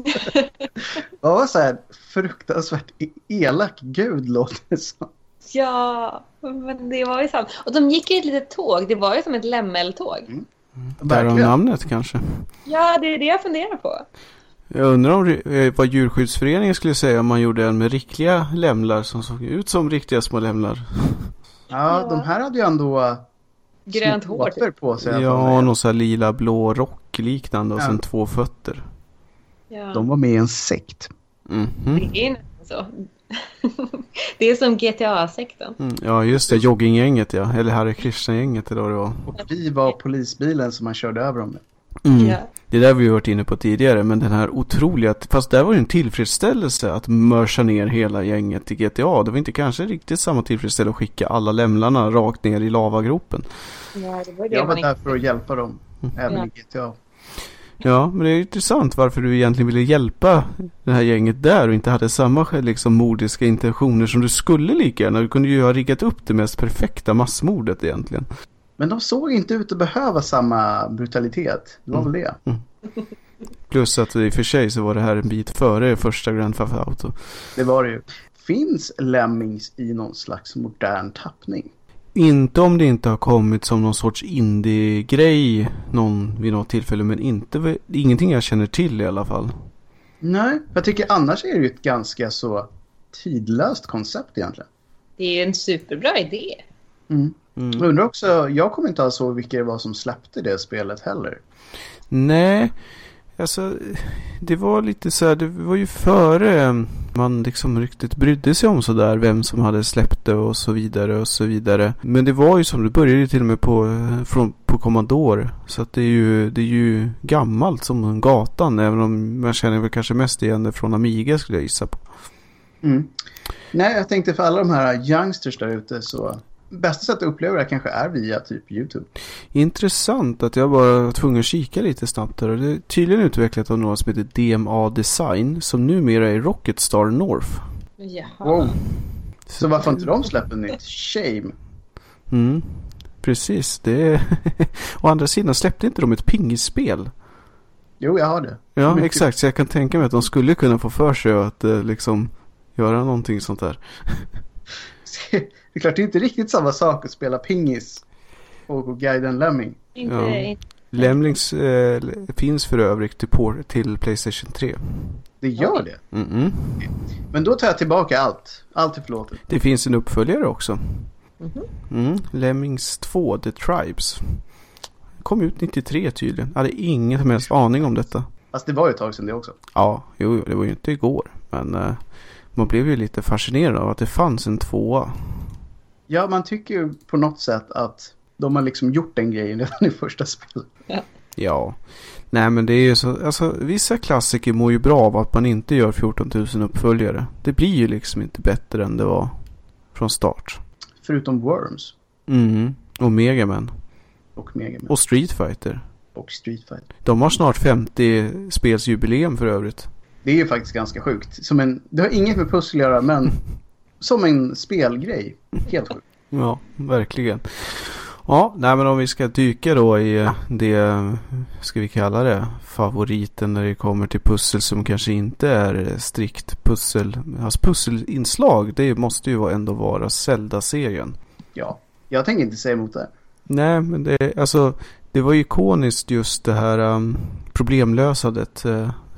Vad var så här fruktansvärt elak gud låter det som. Ja, men det var ju sant. Och de gick i ett litet tåg, det var ju som ett lämmeltåg. Mm. Mm. Därav namnet kanske. Ja, det är det jag funderar på. Jag undrar om vad djurskyddsföreningen skulle säga om man gjorde en med riktiga lämlar som såg ut som riktiga små lämlar. Ja, de här hade ju ändå grönt hår på sig. Ja, någon så här lila blå rock liknande och ja. Sen två fötter. Ja. De var med i en sekt. Mm-hmm. Det är så. Det är som G T A-sekten. Mm, ja, just det. Jogginggänget, ja. Eller Hare Krishna-gänget eller vad det var. Och vi var polisbilen som man körde över dem med. Mm. Ja. Det där vi har varit inne på tidigare, men den här otroliga, fast där var ju en tillfredsställelse att mörsa ner hela gänget till G T A. Det var inte kanske riktigt samma tillfredsställelse att skicka alla lämlarna rakt ner i lavagropen. Ja, det var det jag var man där för att hjälpa dem, mm. även ja. i G T A. Ja, men det är intressant varför du egentligen ville hjälpa det här gänget där och inte hade samma liksom mordiska intentioner som du skulle lika gärna. Du kunde ju ha riggat upp det mest perfekta massmordet egentligen. Men de såg inte ut att behöva samma brutalitet. Det var mm. väl det. Mm. Plus att i och för sig så var det här en bit före första Grand Theft Auto. Det var det ju. Finns Lemmings i någon slags modern tappning? Inte om det inte har kommit som någon sorts indie-grej någon, vid något tillfälle, men inte, ingenting jag känner till i alla fall. Nej, jag tycker annars är det ju ett ganska så tidlöst koncept egentligen. Det är en superbra idé. Mm. Mm. Jag undrar också, jag kommer inte alls ihåg vilka det var som släppte det spelet heller. Nej, alltså det var lite så här, det var ju före man liksom riktigt brydde sig om så där vem som hade släppt det och så vidare och så vidare. Men det var ju som, det började till och med på, från, på Commodore, så att det är ju, det är ju gammalt som gatan, även om man känner väl kanske mest igen det från Amiga skulle jag gissa på. Mm. Nej, jag tänkte för alla de här youngsters där ute så bästa sätt att uppleva det kanske är via typ YouTube. Intressant att jag bara var tvungen att kika lite snabbt där. Det är tydligen utvecklat av någon som heter D M A Design som numera är Rocket Star North. Jaha. Wow. Så, så varför inte de släpper nytt? Shame. Mm, precis. Det är å andra sidan släppte inte de ett pingisspel. Jo, jag har det. Ja, mycket... exakt. Så jag kan tänka mig att de skulle kunna få för sig att liksom göra någonting sånt där. Det är klart, det är inte riktigt samma sak att spela pingis och, och guida en lemming. Inte, ja. inte. Lemmings eh, finns för övrigt till, por- till PlayStation tre. Det gör det? Mm-mm. Men då tar jag tillbaka allt. Allt är förlåtet. Det finns en uppföljare också. Mm-hmm. Mm. Lemmings två, The Tribes. Kom ut nittiotre tydligen. Jag hade ingen som helst aning om detta. Fast det var ju ett tag sedan det också. Ja, jo, det var ju inte igår. Men eh, man blev ju lite fascinerad av att det fanns en tvåa. Ja, man tycker ju på något sätt att de har liksom gjort den grejen redan i första spelet. Ja. Ja. Nej, men det är ju så, alltså vissa klassiker mår ju bra av att man inte gör fjorton tusen uppföljare. Det blir ju liksom inte bättre än det var från start. Förutom Worms. Mm. Och Mega Man. Och Mega Man. Och Street Fighter. Och Street Fighter. De har snart femtio spelsjubileum för övrigt. Det är ju faktiskt ganska sjukt. Som en, det har inget med pussel att göra, men som en spelgrej. Helt sjukt. Ja, verkligen. Ja, nej, men om vi ska dyka då i det, ska vi kalla det, favoriten när det kommer till pussel som kanske inte är strikt pussel. Alltså pusselinslag, det måste ju ändå vara Zelda-serien. Ja, jag tänker inte säga emot det. Nej, men det, alltså, det var ju ikoniskt just det här um, problemlösandet. Uh,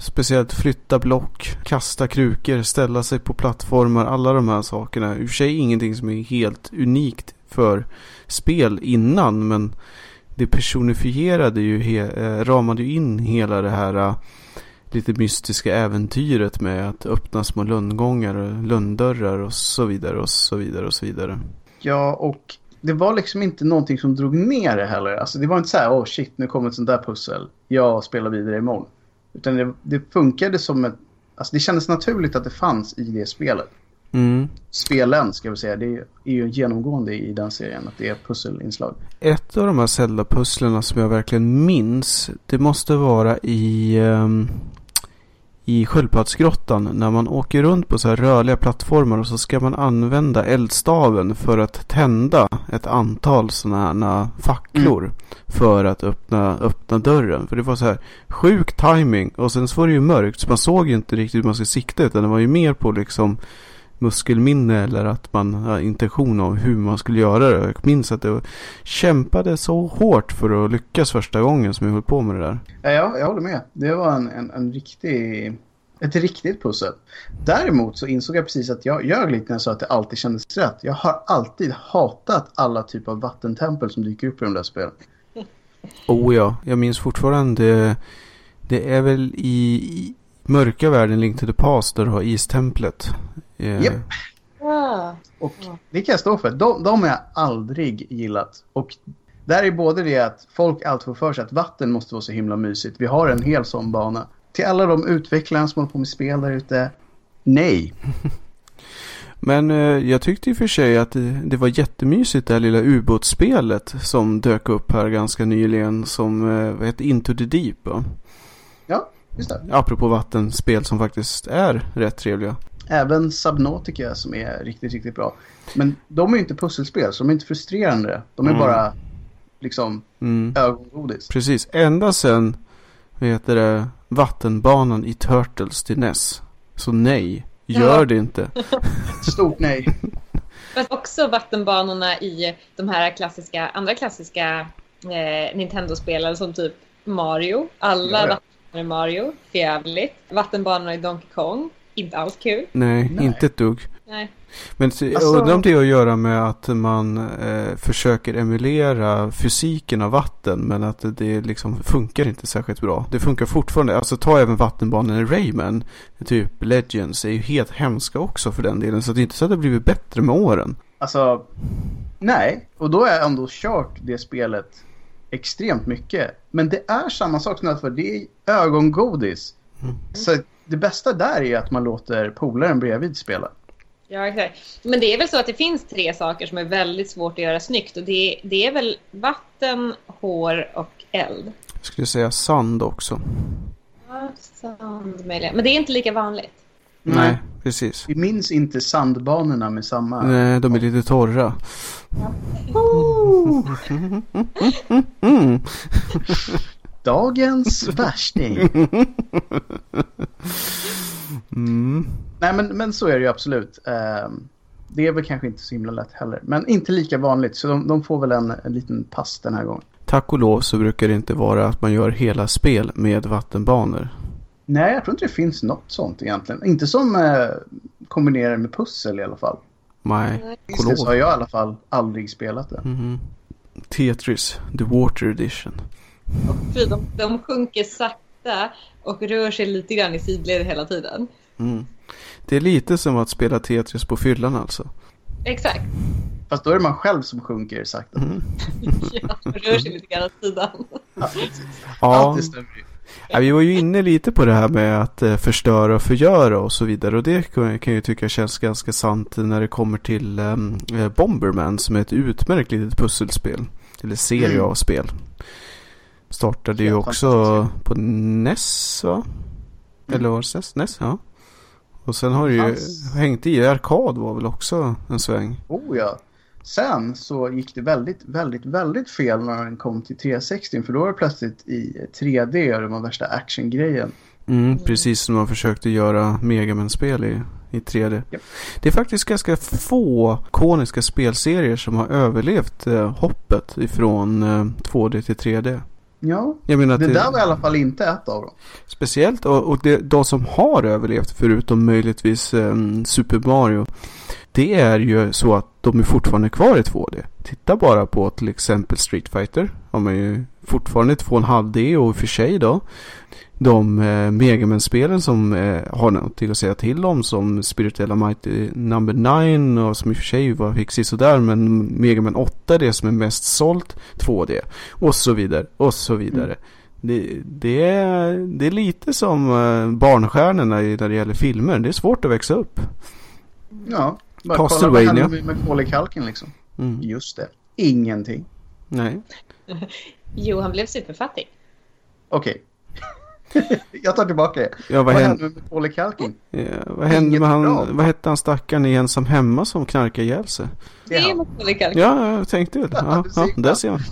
Speciellt flytta block, kasta krukor, ställa sig på plattformar, alla de här sakerna. I och för sig ingenting som är helt unikt för spel innan, men det personifierade ju, he- ramade ju in hela det här uh, lite mystiska äventyret med att öppna små lönngångar och lönndörrar och så vidare och så vidare och så vidare. Ja, och det var liksom inte någonting som drog ner det heller. Alltså det var inte så här, åh oh shit, nu kommer ett sånt där pussel. Jag spelar vidare imorgon. Utan det, det funkade som ett, alltså det kändes naturligt att det fanns i det spelet. Mm. Spelen, ska vi säga, det är ju genomgående i den serien att det är pusselinslag. Ett av de här Zelda-pusslerna som jag verkligen minns, det måste vara i um, i Sköldpaddsgrottan när man åker runt på så här rörliga plattformar och så ska man använda eldstaven för att tända ett antal sådana här facklor mm. för att öppna, öppna dörren. För det var så här sjuk timing och sen så var det ju mörkt så man såg ju inte riktigt hur man skulle sikta, utan det var ju mer på liksom muskelminne eller att man har intention av hur man skulle göra det. Jag minns att jag kämpade så hårt för att lyckas första gången som jag höll på med det där. Ja, jag håller med. Det var en, en, en riktig, ett riktigt pussel. Däremot så insåg jag precis att jag ljög lite när jag sa att det alltid kändes rätt. Jag har alltid hatat alla typer av vattentempel som dyker upp i de där spelen. Oh ja, jag minns fortfarande. Det är väl i, i mörka världen Link to the Past där du har istemplet. Japp. Yep. Ah. Och det kan jag stå för. De, de har jag aldrig gillat. Och där är både det att folk alltid får för sig att vatten måste vara så himla mysigt. Vi har en hel sån bana. Till alla de utvecklare som håller på med spel där ute, nej. Men eh, jag tyckte i och för sig att det, det var jättemysigt det här lilla ubåtsspelet som dök upp här ganska nyligen som eh, vad heter Into the Deep, va? Ja, just det. Apropå vattenspel som faktiskt är rätt trevliga. Även Subnautica som är riktigt, riktigt bra. Men de är ju inte pusselspel, så de är inte frustrerande. De är mm. bara liksom mm. ögongodis. Precis, ända sen vad heter det, vattenbanan i Turtles till N E S. Så nej, gör ja. det inte. Stort nej. Men också vattenbanorna i de här klassiska, andra klassiska eh, Nintendo-spelen som typ Mario. Alla ja, ja. vattenbanor i Mario, fjävligt. Vattenbanorna i Donkey Kong. Inte alls kul. Nej, Nej. inte ett dugg. Nej. Men alltså... undrar om det har att göra med att man eh, försöker emulera fysiken av vatten, men att det liksom funkar inte särskilt bra. Det funkar fortfarande. Alltså ta även vattenbanan i Rayman, typ Legends, är ju helt hemska också för den delen. Så det är inte så att det har blivit bättre med åren. Alltså, nej. Och då har jag ändå kört det spelet extremt mycket. Men det är samma sak som att det är ögongodis. Mm. Så det bästa där är att man låter polaren bredvid spela. Ja, exakt. Men det är väl så att det finns tre saker som är väldigt svårt att göra snyggt. Och det, det är väl vatten, hår och eld. Jag skulle säga sand också. Ja, sand möjligen. Men det är inte lika vanligt. Nej, Nej precis. Vi minns inte sandbanorna med samma... Nej, de är lite torra. Ja. Oh! Dagens värsting. Mm. Nej, men, men så är det ju absolut. Uh, det är väl kanske inte så himla lätt heller. Men inte lika vanligt. Så de, de får väl en, en liten pass den här gången. Tack och lov så brukar det inte vara att man gör hela spel med vattenbanor. Nej, jag tror inte det finns något sånt egentligen. Inte som uh, kombinerar med pussel i alla fall. Nej. Just det, så har jag i alla fall aldrig spelat det. Mm-hmm. Tetris, The Water Edition. Och de, de sjunker sakta och rör sig lite grann i sidled hela tiden. Mm. Det är lite som att spela Tetris på fyllan alltså. Exakt. Fast då är det man själv som sjunker sakta. Mm. Ja, rör sig lite grann i sidan. Ja, ja. Alltid stämmer. Ja, vi var ju inne lite på det här med att eh, förstöra och förgöra och så vidare. Och det kan, kan jag tycka känns ganska sant när det kommer till eh, Bomberman som är ett utmärkt litet pusselspel. Eller serie mm. av spel. Startade ju också på N E S, va? Mm. Eller var det N E S? Ja. Och sen har det ju Hans... hängt i. Arkad var väl också en sväng. Oh ja. Sen så gick det väldigt, väldigt, väldigt fel när den kom till tre sextio. För då var det plötsligt i tre D och det var värsta actiongrejen. Mm, precis som man försökte göra Mega Man-spel i, i tre D. Yep. Det är faktiskt ganska få ikoniska spelserier som har överlevt eh, hoppet ifrån eh, två D till tre D. Ja, jag menar det, det där var i alla fall inte ett av dem. Speciellt, och, och det, de som har överlevt förutom möjligtvis um, Super Mario, det är ju så att de är fortfarande kvar i två D. Titta bara på till exempel Street Fighter. De är ju fortfarande två komma fem D och för sig då. De eh, Mega Man-spelen som eh, har något att säga till om, som Spirituella Mighty number nine och som i och för sig var fixigt sådär, men Mega Man åtta är det som är mest sålt två D och så vidare och så vidare. Mm. Det, det, är, det är lite som eh, barnstjärnorna när det gäller filmer. Det är svårt att växa upp. Ja, bara kolla vad hände med Macaulay Culkin liksom. Mm. Just det, ingenting. Nej. Jo, han blev superfattig. Okej. Okay. Jag tar tillbaka det. Ja, vad, vad hände, hände med Macaulay Culkin? Ja, vad hände med han, vad hette han stackaren i Ensam hemma som knarkade ihjäl sig? Det är Macaulay Culkin. Ja, jag tänkte det. Ja, ja, ja, där ser man.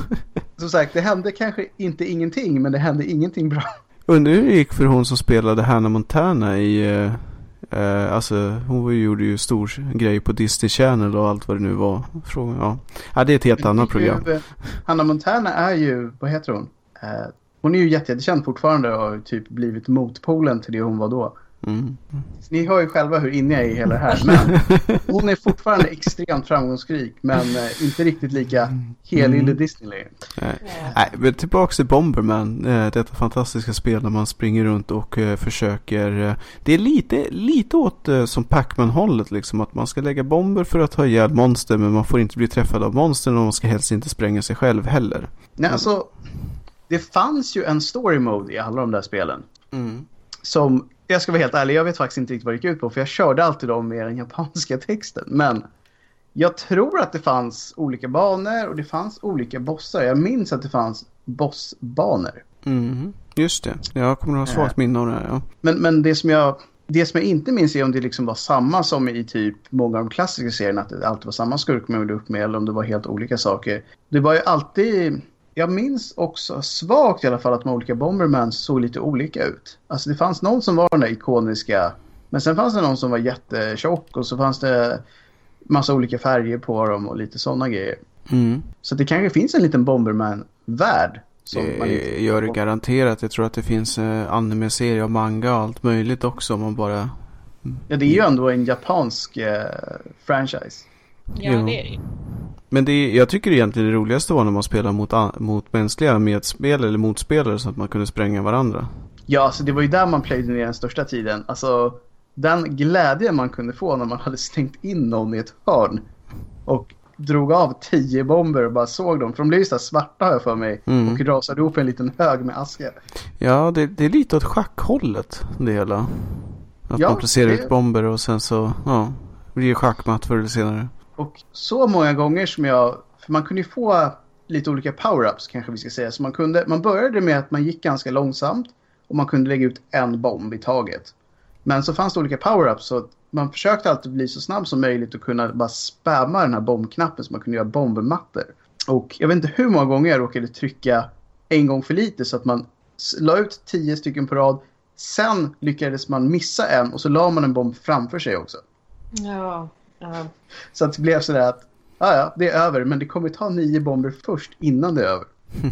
Som sagt, det hände kanske inte ingenting, men det hände ingenting bra. Undrar hur det gick för hon som spelade Hannah Montana i... Uh, uh, alltså, hon gjorde ju stor grej på Disney Channel och allt vad det nu var. Frågan, ja. Ja, det är ett helt annat program. Ju, Hannah Montana är ju... Vad heter hon? Uh, Hon är ju jättekänd fortfarande och har typ blivit motpolen till det hon var då. Mm. Ni hör ju själva hur inne jag är i hela det här. Men hon är fortfarande extremt framgångsrik, men eh, inte riktigt lika helig mm. Disneyland. Nej. Nej, men tillbaka till Bomberman. Eh, detta fantastiska spel där man springer runt och eh, försöker... Eh, det är lite, lite åt eh, som Pac-Man-hållet liksom. Att man ska lägga bomber för att ha ihjäl monster, men man får inte bli träffad av monster och man ska helst inte spränga sig själv heller. Nej, alltså... Det fanns ju en story mode i alla de där spelen. Mm. Som, jag ska vara helt ärlig, jag vet faktiskt inte riktigt vad det gick ut på. För jag körde alltid dem med den japanska texten. Men jag tror att det fanns olika banor och det fanns olika bossar. Jag minns att det fanns bossbanor. Mm. Just det, jag kommer att ha svagt minne av det här, ja. Men, men det som jag... Det som jag inte minns är om det liksom var samma som i typ många av de klassiska serierna. Att det alltid var samma skurk man gjorde upp med. Eller om det var helt olika saker. Det var ju alltid... Jag minns också svagt i alla fall att de olika Bomberman såg lite olika ut. Alltså det fanns någon som var den där ikoniska. Men sen fanns det någon som var jättetjock. Och så fanns det massa olika färger på dem och lite sådana grejer. Mm. Så det kanske finns en liten Bomberman-värld. Som det man inte gör det garanterat. Jag tror att det finns eh, anime-serier och manga och allt möjligt också. Om man bara... Ja, det är ju ändå en japansk eh, franchise. Ja, det är det ju. Men det är, jag tycker egentligen det roligaste var när man spelar mot, mot mänskliga medspel eller motspelare så att man kunde spränga varandra. Ja, alltså det var ju där man playade ner den största tiden. Alltså den glädje man kunde få när man hade stängt in någon i ett hörn och drog av tio bomber och bara såg dem. För de blev ju så svarta här för mig mm. och rasade upp en liten hög med aska. Ja, det, det är lite åt schackhållet det hela. Att ja, man placerar det... ut bomber och sen så ja, blir det schackmatt förr eller senare. Och så många gånger som jag... För man kunde ju få lite olika power-ups kanske vi ska säga. Så man, kunde, man började med att man gick ganska långsamt. Och man kunde lägga ut en bomb i taget. Men så fanns det olika power-ups. Så att man försökte alltid bli så snabb som möjligt. Och kunna bara spamma den här bombknappen. Så man kunde göra bombermattor. Och jag vet inte hur många gånger jag råkade trycka en gång för lite. Så att man la ut tio stycken på rad. Sen lyckades man missa en. Och så la man en bomb framför sig också. Ja... Uh-huh. Så att det blev sådär att ja, ja, det är över, men det kommer ta nio bomber först innan det är över.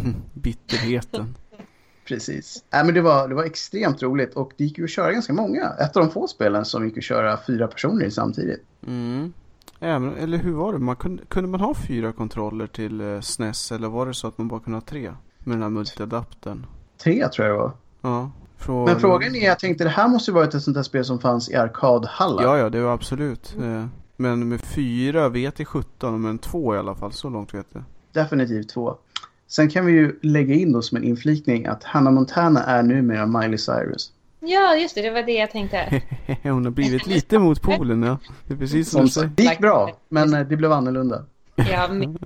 Bitterheten. Precis. Äh, men det var, det var extremt roligt och det gick ju att köra ganska många. Ett av de få spelen som gick att köra fyra personer samtidigt. Mm. Även, eller hur var det? Man kunde, kunde man ha fyra kontroller till eh, S N E S eller var det så att man bara kunde ha tre med den här multiadaptern? Tre tror jag det var. Ja. Från... Men frågan är, jag tänkte det här måste ju varit ett sånt där spel som fanns i arkadhallar. Ja, ja, det var absolut. Mm. Men med fyra vet jag sjutton, men två i alla fall, så långt vet jag. Definitivt två. Sen kan vi ju lägga in då som en inflikning att Hannah Montana är numera Miley Cyrus. Ja, just det, det var det jag tänkte. Hon har blivit lite mot polen, ja. Det är precis som, som det gick bra, men det blev annorlunda. Ja, men...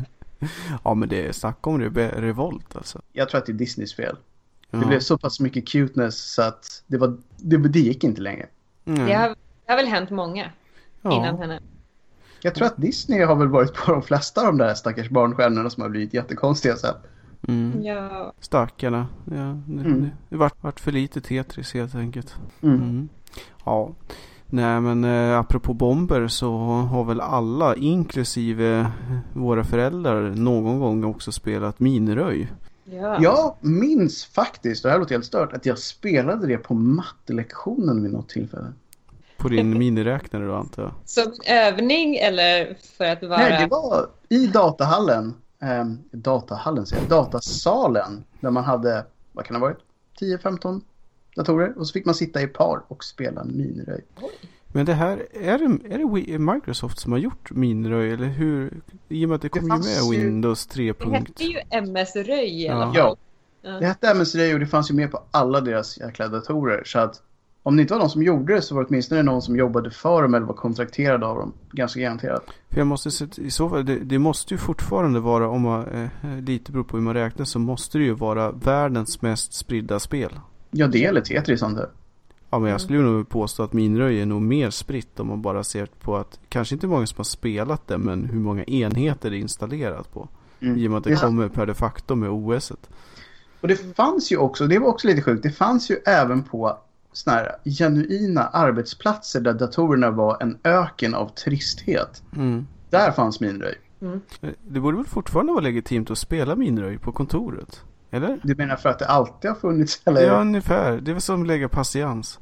ja, men det är snack om det är revolt alltså. Jag tror att det är Disneys fel. Ja. Det blev så pass mycket cuteness så att det, var, det, det gick inte längre. Mm. Det, har, det har väl hänt många ja. innan henne. Jag tror att Disney har väl varit på de flesta av de där stackars barnstjärnorna som har blivit jättekonstiga sen. Mm. Ja. Stackarna. Ja, det, mm. det vart, vart för lite Tetris helt enkelt. Mm. Mm. Ja. Nej, men eh, apropå bomber så har väl alla, inklusive våra föräldrar, någon gång också spelat miniröj. Ja. Jag minns faktiskt, och det här låter helt stört, att jag spelade det på mattelektionen vid något tillfälle. På din miniräknare då, antar jag? Som övning eller för att vara... Nej, det var i datahallen. Eh, datahallen, säger jag. Datasalen. Där man hade, vad kan det ha varit? tio femton datorer. Och så fick man sitta i par och spela miniröj. Men det här, är det, är det Microsoft som har gjort miniröj? Eller hur? I och med att det kom det ju med ju, Windows tre. Det hette ju M S-röj i alla fall. Ja. Ja, det hette M S-röj och det fanns ju med på alla deras jäkla datorer. Så att om det inte var någon som gjorde det så var det åtminstone någon som jobbade för dem eller var kontrakterad av dem. Ganska garanterat. För jag måste säga, i så fall, det, det måste ju fortfarande vara, om man eh, lite beror på hur man räknar, så måste det ju vara världens mest spridda spel. Ja, det är lite Tetris det. Ja, men jag skulle mm. nog påstå att miniröj är nog mer spritt om man bara ser på att, kanske inte många som har spelat det, men hur många enheter det är installerat på. Mm. I och med att det, det kommer per de facto med O S:et. Och det fanns ju också, det var också lite sjukt, det fanns ju även på såna här genuina arbetsplatser där datorerna var en öken av tristhet. Mm. Där fanns miniröj. Mm. Det borde väl fortfarande vara legitimt att spela miniröj på kontoret? Eller? Du menar för att det alltid har funnits? Eller? Ja, ungefär. Det är väl som att lägga patiens.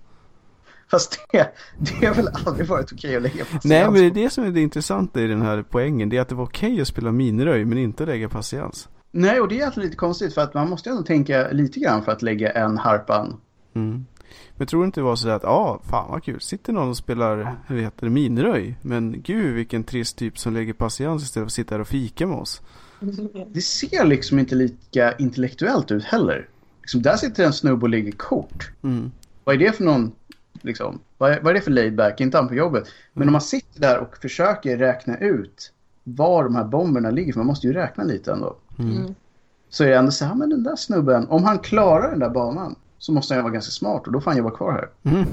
Fast det, det har väl aldrig varit okej att lägga patiens. Nej, men det är det som är det intressanta i den här poängen. Det är att det var okej att spela miniröj men inte lägga patiens. Nej, och det är alltså lite konstigt för att man måste ändå tänka lite grann för att lägga en harpan. Mm. Men tror du inte det var så att, ja, ah, fan vad kul. Sitter någon och spelar, hur heter det, miniröj. Men gud, vilken trist typ som lägger patiens istället för att sitta här och fika med oss. Det ser liksom inte lika intellektuellt ut heller. Liksom, där sitter en snubbe och lägger kort. Mm. Vad är det för någon, liksom, vad är, vad är det för laidback? Inte han på jobbet. Men mm. om man sitter där och försöker räkna ut var de här bomberna ligger, för man måste ju räkna lite ändå. Mm. Så är det ändå så här, men den där snubben, om han klarar den där banan så måste han vara ganska smart och då får han jobba kvar här. Mm.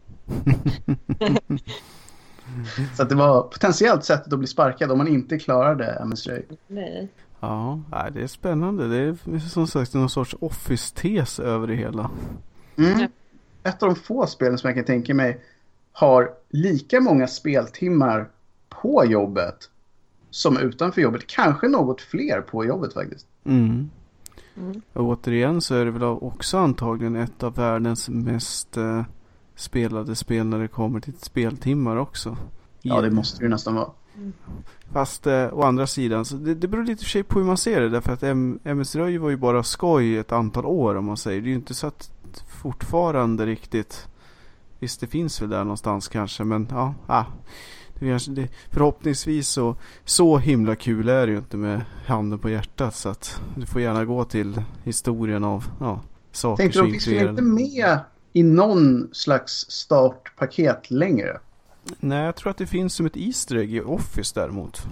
Så att det var potentiellt sättet att bli sparkad om man inte klarade M S-röj. Nej. Ja, det är spännande. Det är som sagt någon sorts office-tes över det hela. Mm. Ja. Ett av de få spelen som jag kan tänka mig har lika många speltimmar på jobbet som utanför jobbet. Kanske något fler på jobbet faktiskt. Mm. Mm. Och återigen så är det väl också antagligen ett av världens mest eh, spelade spel när det kommer till speltimmar också. Ja, det måste det nästan vara. Mm. Fast eh, å andra sidan, så det, det beror lite för sig på hur man ser det. Därför att M- M S-röj var ju bara skoj ett antal år om man säger. Det är ju inte så att fortfarande riktigt, visst det finns väl där någonstans kanske, men ja, ah, det, det, förhoppningsvis så, så himla kul är det ju inte med handen på hjärtat, så att du får gärna gå till historien av ja, saker. Tänkte du, finns det inte med i någon slags startpaket längre? Nej, jag tror att det finns som ett Easter egg i Office däremot.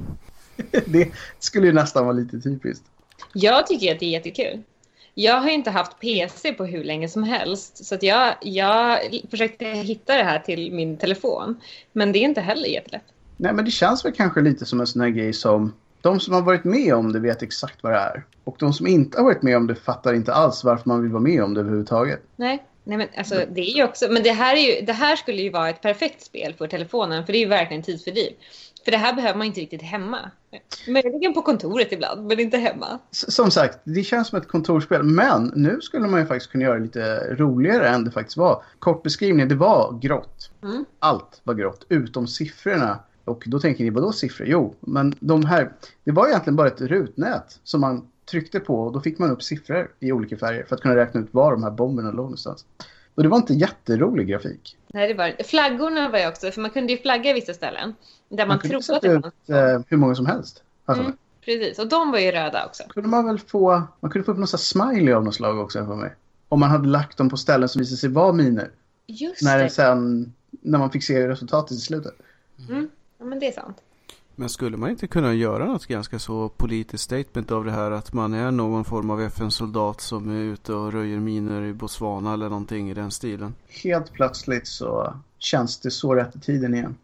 Det skulle ju nästan vara lite typiskt. Jag tycker att det är jättekul. Jag har inte haft P C på hur länge som helst. Så att jag, jag försökte hitta det här till min telefon. Men det är inte heller jättelätt. Nej, men det känns väl kanske lite som en sån här grej som de som har varit med om det vet exakt vad det är. Och de som inte har varit med om det fattar inte alls varför man vill vara med om det överhuvudtaget. Nej. Nej, men alltså det är ju också, men det här är ju, det här skulle ju vara ett perfekt spel för telefonen, för det är ju verkligen tidsfördriv. För det här behöver man inte riktigt hemma. Möjligen på kontoret ibland, men inte hemma. Som sagt, det känns som ett kontorsspel, men nu skulle man ju faktiskt kunna göra det lite roligare än det faktiskt var. Kort beskrivning, det var grått. Mm. Allt var grått, utom siffrorna. Och då tänker ni, vadå siffror? Jo, men de här, det var egentligen bara ett rutnät som man tryckte på och då fick man upp siffror i olika färger för att kunna räkna ut var de här bomberna låg någonstans. Och det var inte jätterolig grafik. Nej, det var flaggorna var ju också, för man kunde ju flagga i vissa ställen där man, man trodde att det ut, var hur många som helst. Alltså. Mm, precis, och de var ju röda också. Kunde man väl få, man kunde få upp någon smiley av något slag också för mig. Om man hade lagt dem på ställen som visade sig vara miner. Just när det. Sen, när man fick se resultatet i slutet. Mm. Ja, men det är sant. Men skulle man inte kunna göra något ganska så politiskt statement av det här, att man är någon form av F N-soldat som är ute och röjer miner i Botswana eller någonting i den stilen? Helt plötsligt så känns det så rätt i tiden igen.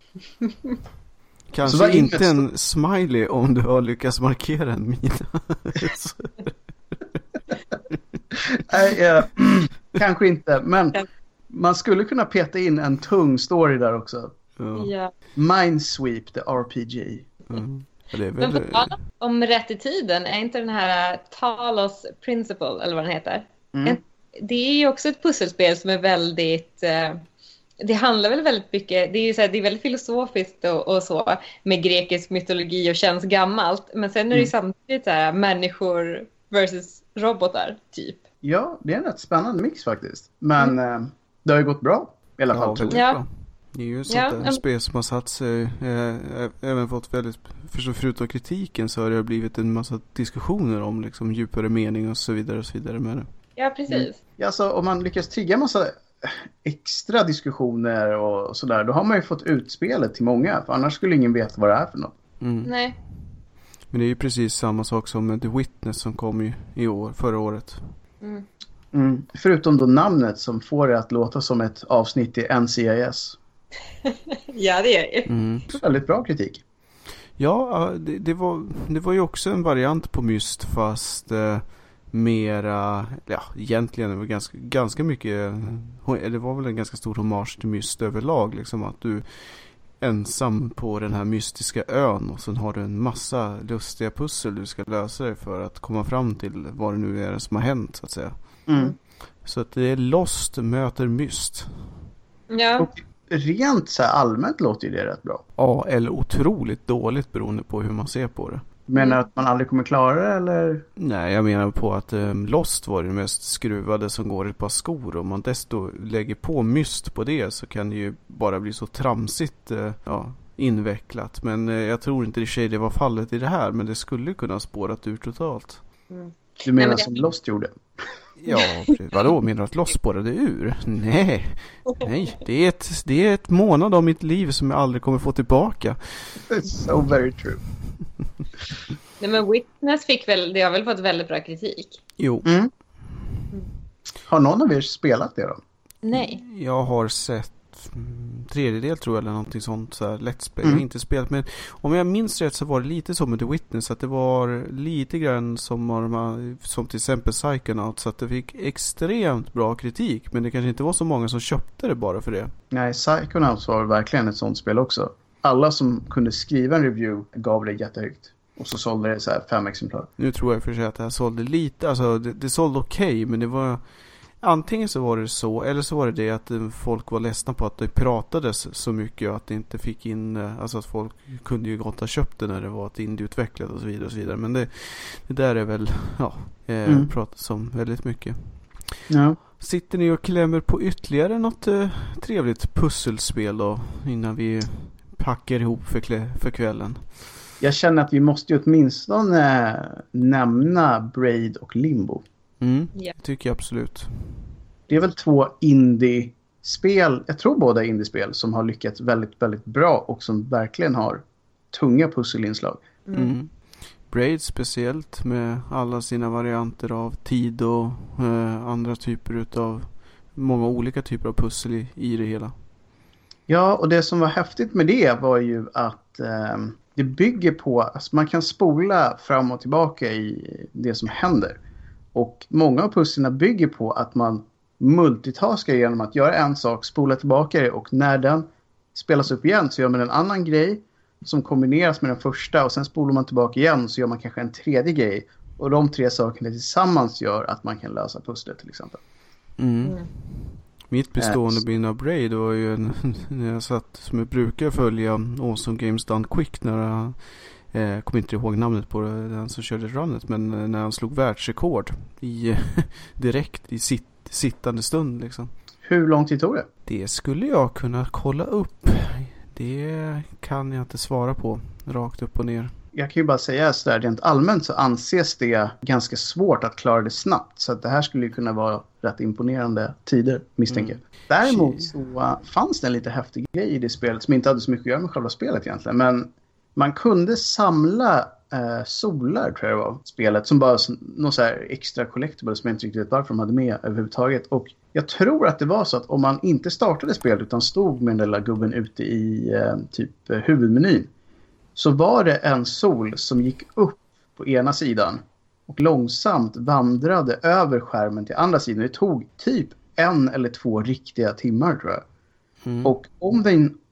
Kanske inte en smiley om du har lyckats markera en mina. Nej, eh, kanske inte, men man skulle kunna peta in en tung story där också. Ja. Minesweep, the R P G. Mm. Det är väl... Men på tal om rätt i tiden, är inte den här Talos Principle, eller vad den heter? Mm. Det är ju också ett pusselspel som är väldigt... Det handlar väl väldigt mycket... Det är ju så här, det är väldigt filosofiskt och, och så, med grekisk mytologi och känns gammalt. Men sen är det ju mm. samtidigt så här, människor versus robotar, typ. Ja, det är en rätt spännande mix faktiskt. Men mm. eh, det har ju gått bra i alla fall. Ja, ja. Bra. Det är ju sånt ja, där ja. spel som har satt sig, eh, även fått väldigt, för, förutom kritiken så har det blivit en massa diskussioner om liksom djupare mening och så vidare och så vidare med det. Ja, precis. Mm. Ja, alltså om man lyckas trigga en massa extra diskussioner och sådär, då har man ju fått utspelet till många, för annars skulle ingen veta vad det är för något. Mm. Nej. Men det är ju precis samma sak som med The Witness som kom i, i år, förra året. Mm. Mm. Förutom då namnet som får det att låta som ett avsnitt i N C I S. Ja, det är det. Mm. Väldigt bra kritik. Ja, det, det, var, det var ju också en variant på Myst, fast eh, mera, ja, egentligen det var ganska, ganska mycket, det var väl en ganska stor hommage till Myst överlag, liksom att du ensam på den här mystiska ön och sen har du en massa lustiga pussel du ska lösa dig för att komma fram till vad det nu är som har hänt, så att säga. Mm. Så att det är Lost möter Myst. Ja. Och rent så här allmänt låter ju det rätt bra. Ja, eller otroligt dåligt beroende på hur man ser på det. Menar du att man aldrig kommer klara det, eller? Nej, jag menar på att um, Lost var det mest skruvade som går i ett par skor. Om man desto lägger på Myst på det så kan det ju bara bli så tramsigt uh, ja, invecklat. Men uh, jag tror inte i sig det var fallet i det här, men det skulle kunna spårat ur totalt. Mm. Du menar Nej, men som det... Lost gjorde? Ja, vadå? Menar du att Lost spårade ur? Nej, nej, det är, ett, det är ett månad av mitt liv som jag aldrig kommer få tillbaka. It's so very true. Nej, men Witness fick väl, det har väl fått väldigt bra kritik. Jo. Mm. Mm. Har någon av er spelat det då? Nej. Jag har sett tredjedel tror jag eller någonting sånt, så här Let's Play. Mm. Jag har inte spelat, men om jag minns rätt så var det lite som med The Witness, att det var lite grann som, som till exempel Psychonauts, så att det fick extremt bra kritik, men det kanske inte var så många som köpte det bara för det. Nej, Psychonauts var verkligen ett sånt spel också. Alla som kunde skriva en review gav det jättehögt. Och så sålde det så här fem exemplar. Nu tror jag för sig att det här sålde lite, alltså det, det sålde okej, okay, men det var antingen så var det så, eller så var det det att folk var ledsna på att det pratades så mycket och att det inte fick in, alltså att folk kunde ju gott ha köpt det när det var ett indieutvecklat och så vidare och så vidare. Men det, det där är väl, ja, eh, mm. pratas om väldigt mycket. Ja. Sitter ni och klämmer på ytterligare något eh, trevligt pusselspel då, innan vi packar ihop för, klä, för kvällen? Jag känner att vi måste ju åtminstone nämna Braid och Limbo. Mm, yeah. Tycker jag absolut. Det är väl två indie-spel, jag tror båda indie-spel, som har lyckats väldigt, väldigt bra och som verkligen har tunga pusselinslag. Mm. Mm. Braid speciellt med alla sina varianter av tid och eh, andra typer utav, många olika typer av pussel i, i det hela. Ja, och det som var häftigt med det var ju att eh, det bygger på, alltså man kan spola fram och tillbaka i det som händer. Och många av pusslerna bygger på att man multitaskar genom att göra en sak, spola tillbaka det, och när den spelas upp igen så gör man en annan grej som kombineras med den första, och sen spolar man tillbaka igen så gör man kanske en tredje grej. Och de tre sakerna tillsammans gör att man kan lösa pusslet till exempel. Mm. Mm. Mitt bestående minne av Braid var ju en, när jag satt som jag brukar följa Awesome Games Done Quick, när jag eh, kommer inte ihåg namnet på den som körde runnet, men när han slog världsrekord i, direkt i sitt, sittande stund liksom. Hur lång tid tog det? Det skulle jag kunna kolla upp. Det kan jag inte svara på rakt upp och ner. Jag kan ju bara säga så där, rent allmänt så anses det ganska svårt att klara det snabbt. Så att det här skulle ju kunna vara rätt imponerande tider, misstänker jag. Mm. Däremot så uh, fanns det en lite häftig grej i det spelet som inte hade så mycket att göra med själva spelet egentligen. Men man kunde samla uh, solar, tror jag det var, spelet, som bara någon så här extra collectible som jag inte riktigt vet varför de hade med överhuvudtaget. Och jag tror att det var så att om man inte startade spelet utan stod med den lilla gubben ute i uh, typ uh, huvudmenyn, så var det en sol som gick upp på ena sidan och långsamt vandrade över skärmen till andra sidan. Det tog typ en eller två riktiga timmar, tror jag. Mm. Och om den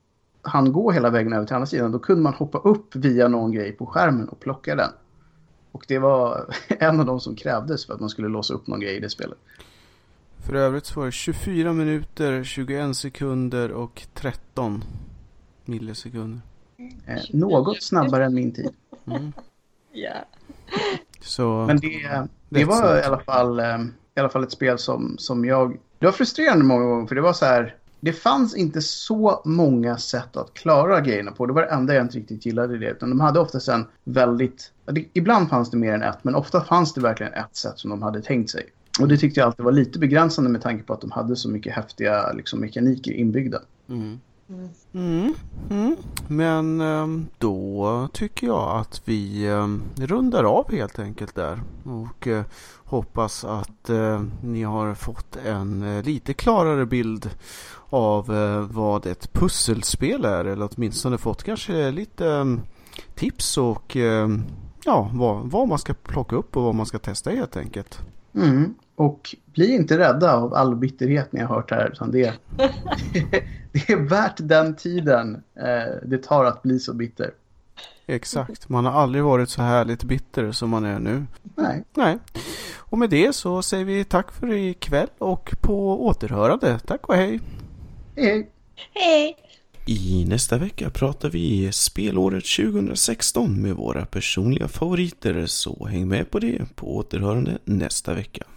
han gå hela vägen över till andra sidan, då kunde man hoppa upp via någon grej på skärmen och plocka den. Och det var en av de som krävdes för att man skulle låsa upp någon grej i det spelet. För övrigt så var det tjugofyra minuter, tjugoen sekunder och tretton millisekunder. Eh, något snabbare än min tid. Mm. Ja. Så, men det, det var i alla fall, eh, i alla fall ett spel som, som jag... Det var frustrerande många gånger, för det var så här... Det fanns inte så många sätt att klara grejerna på. Det var det enda jag inte riktigt gillade det. Utan de hade oftast en väldigt... Det, ibland fanns det mer än ett, men ofta fanns det verkligen ett sätt som de hade tänkt sig. Och det tyckte jag alltid var lite begränsande med tanke på att de hade så mycket häftiga liksom, mekaniker inbyggda. Mm. Mm. Mm. Men då tycker jag att vi rundar av helt enkelt där. Och hoppas att ni har fått en lite klarare bild av vad ett pusselspel är. Eller åtminstone fått kanske lite tips och ja, vad, vad man ska plocka upp och vad man ska testa helt enkelt. Mm. Och bli inte rädda av all bitterhet ni har hört här, utan det, det är värt den tiden eh, det tar att bli så bitter. Exakt, man har aldrig varit så härligt bitter som man är nu. Nej. Nej. Och med det så säger vi tack för ikväll och på återhörande. Tack och hej. Hej. Hej. I nästa vecka pratar vi spelåret tjugohundrasexton med våra personliga favoriter, så häng med på det på återhörande nästa vecka.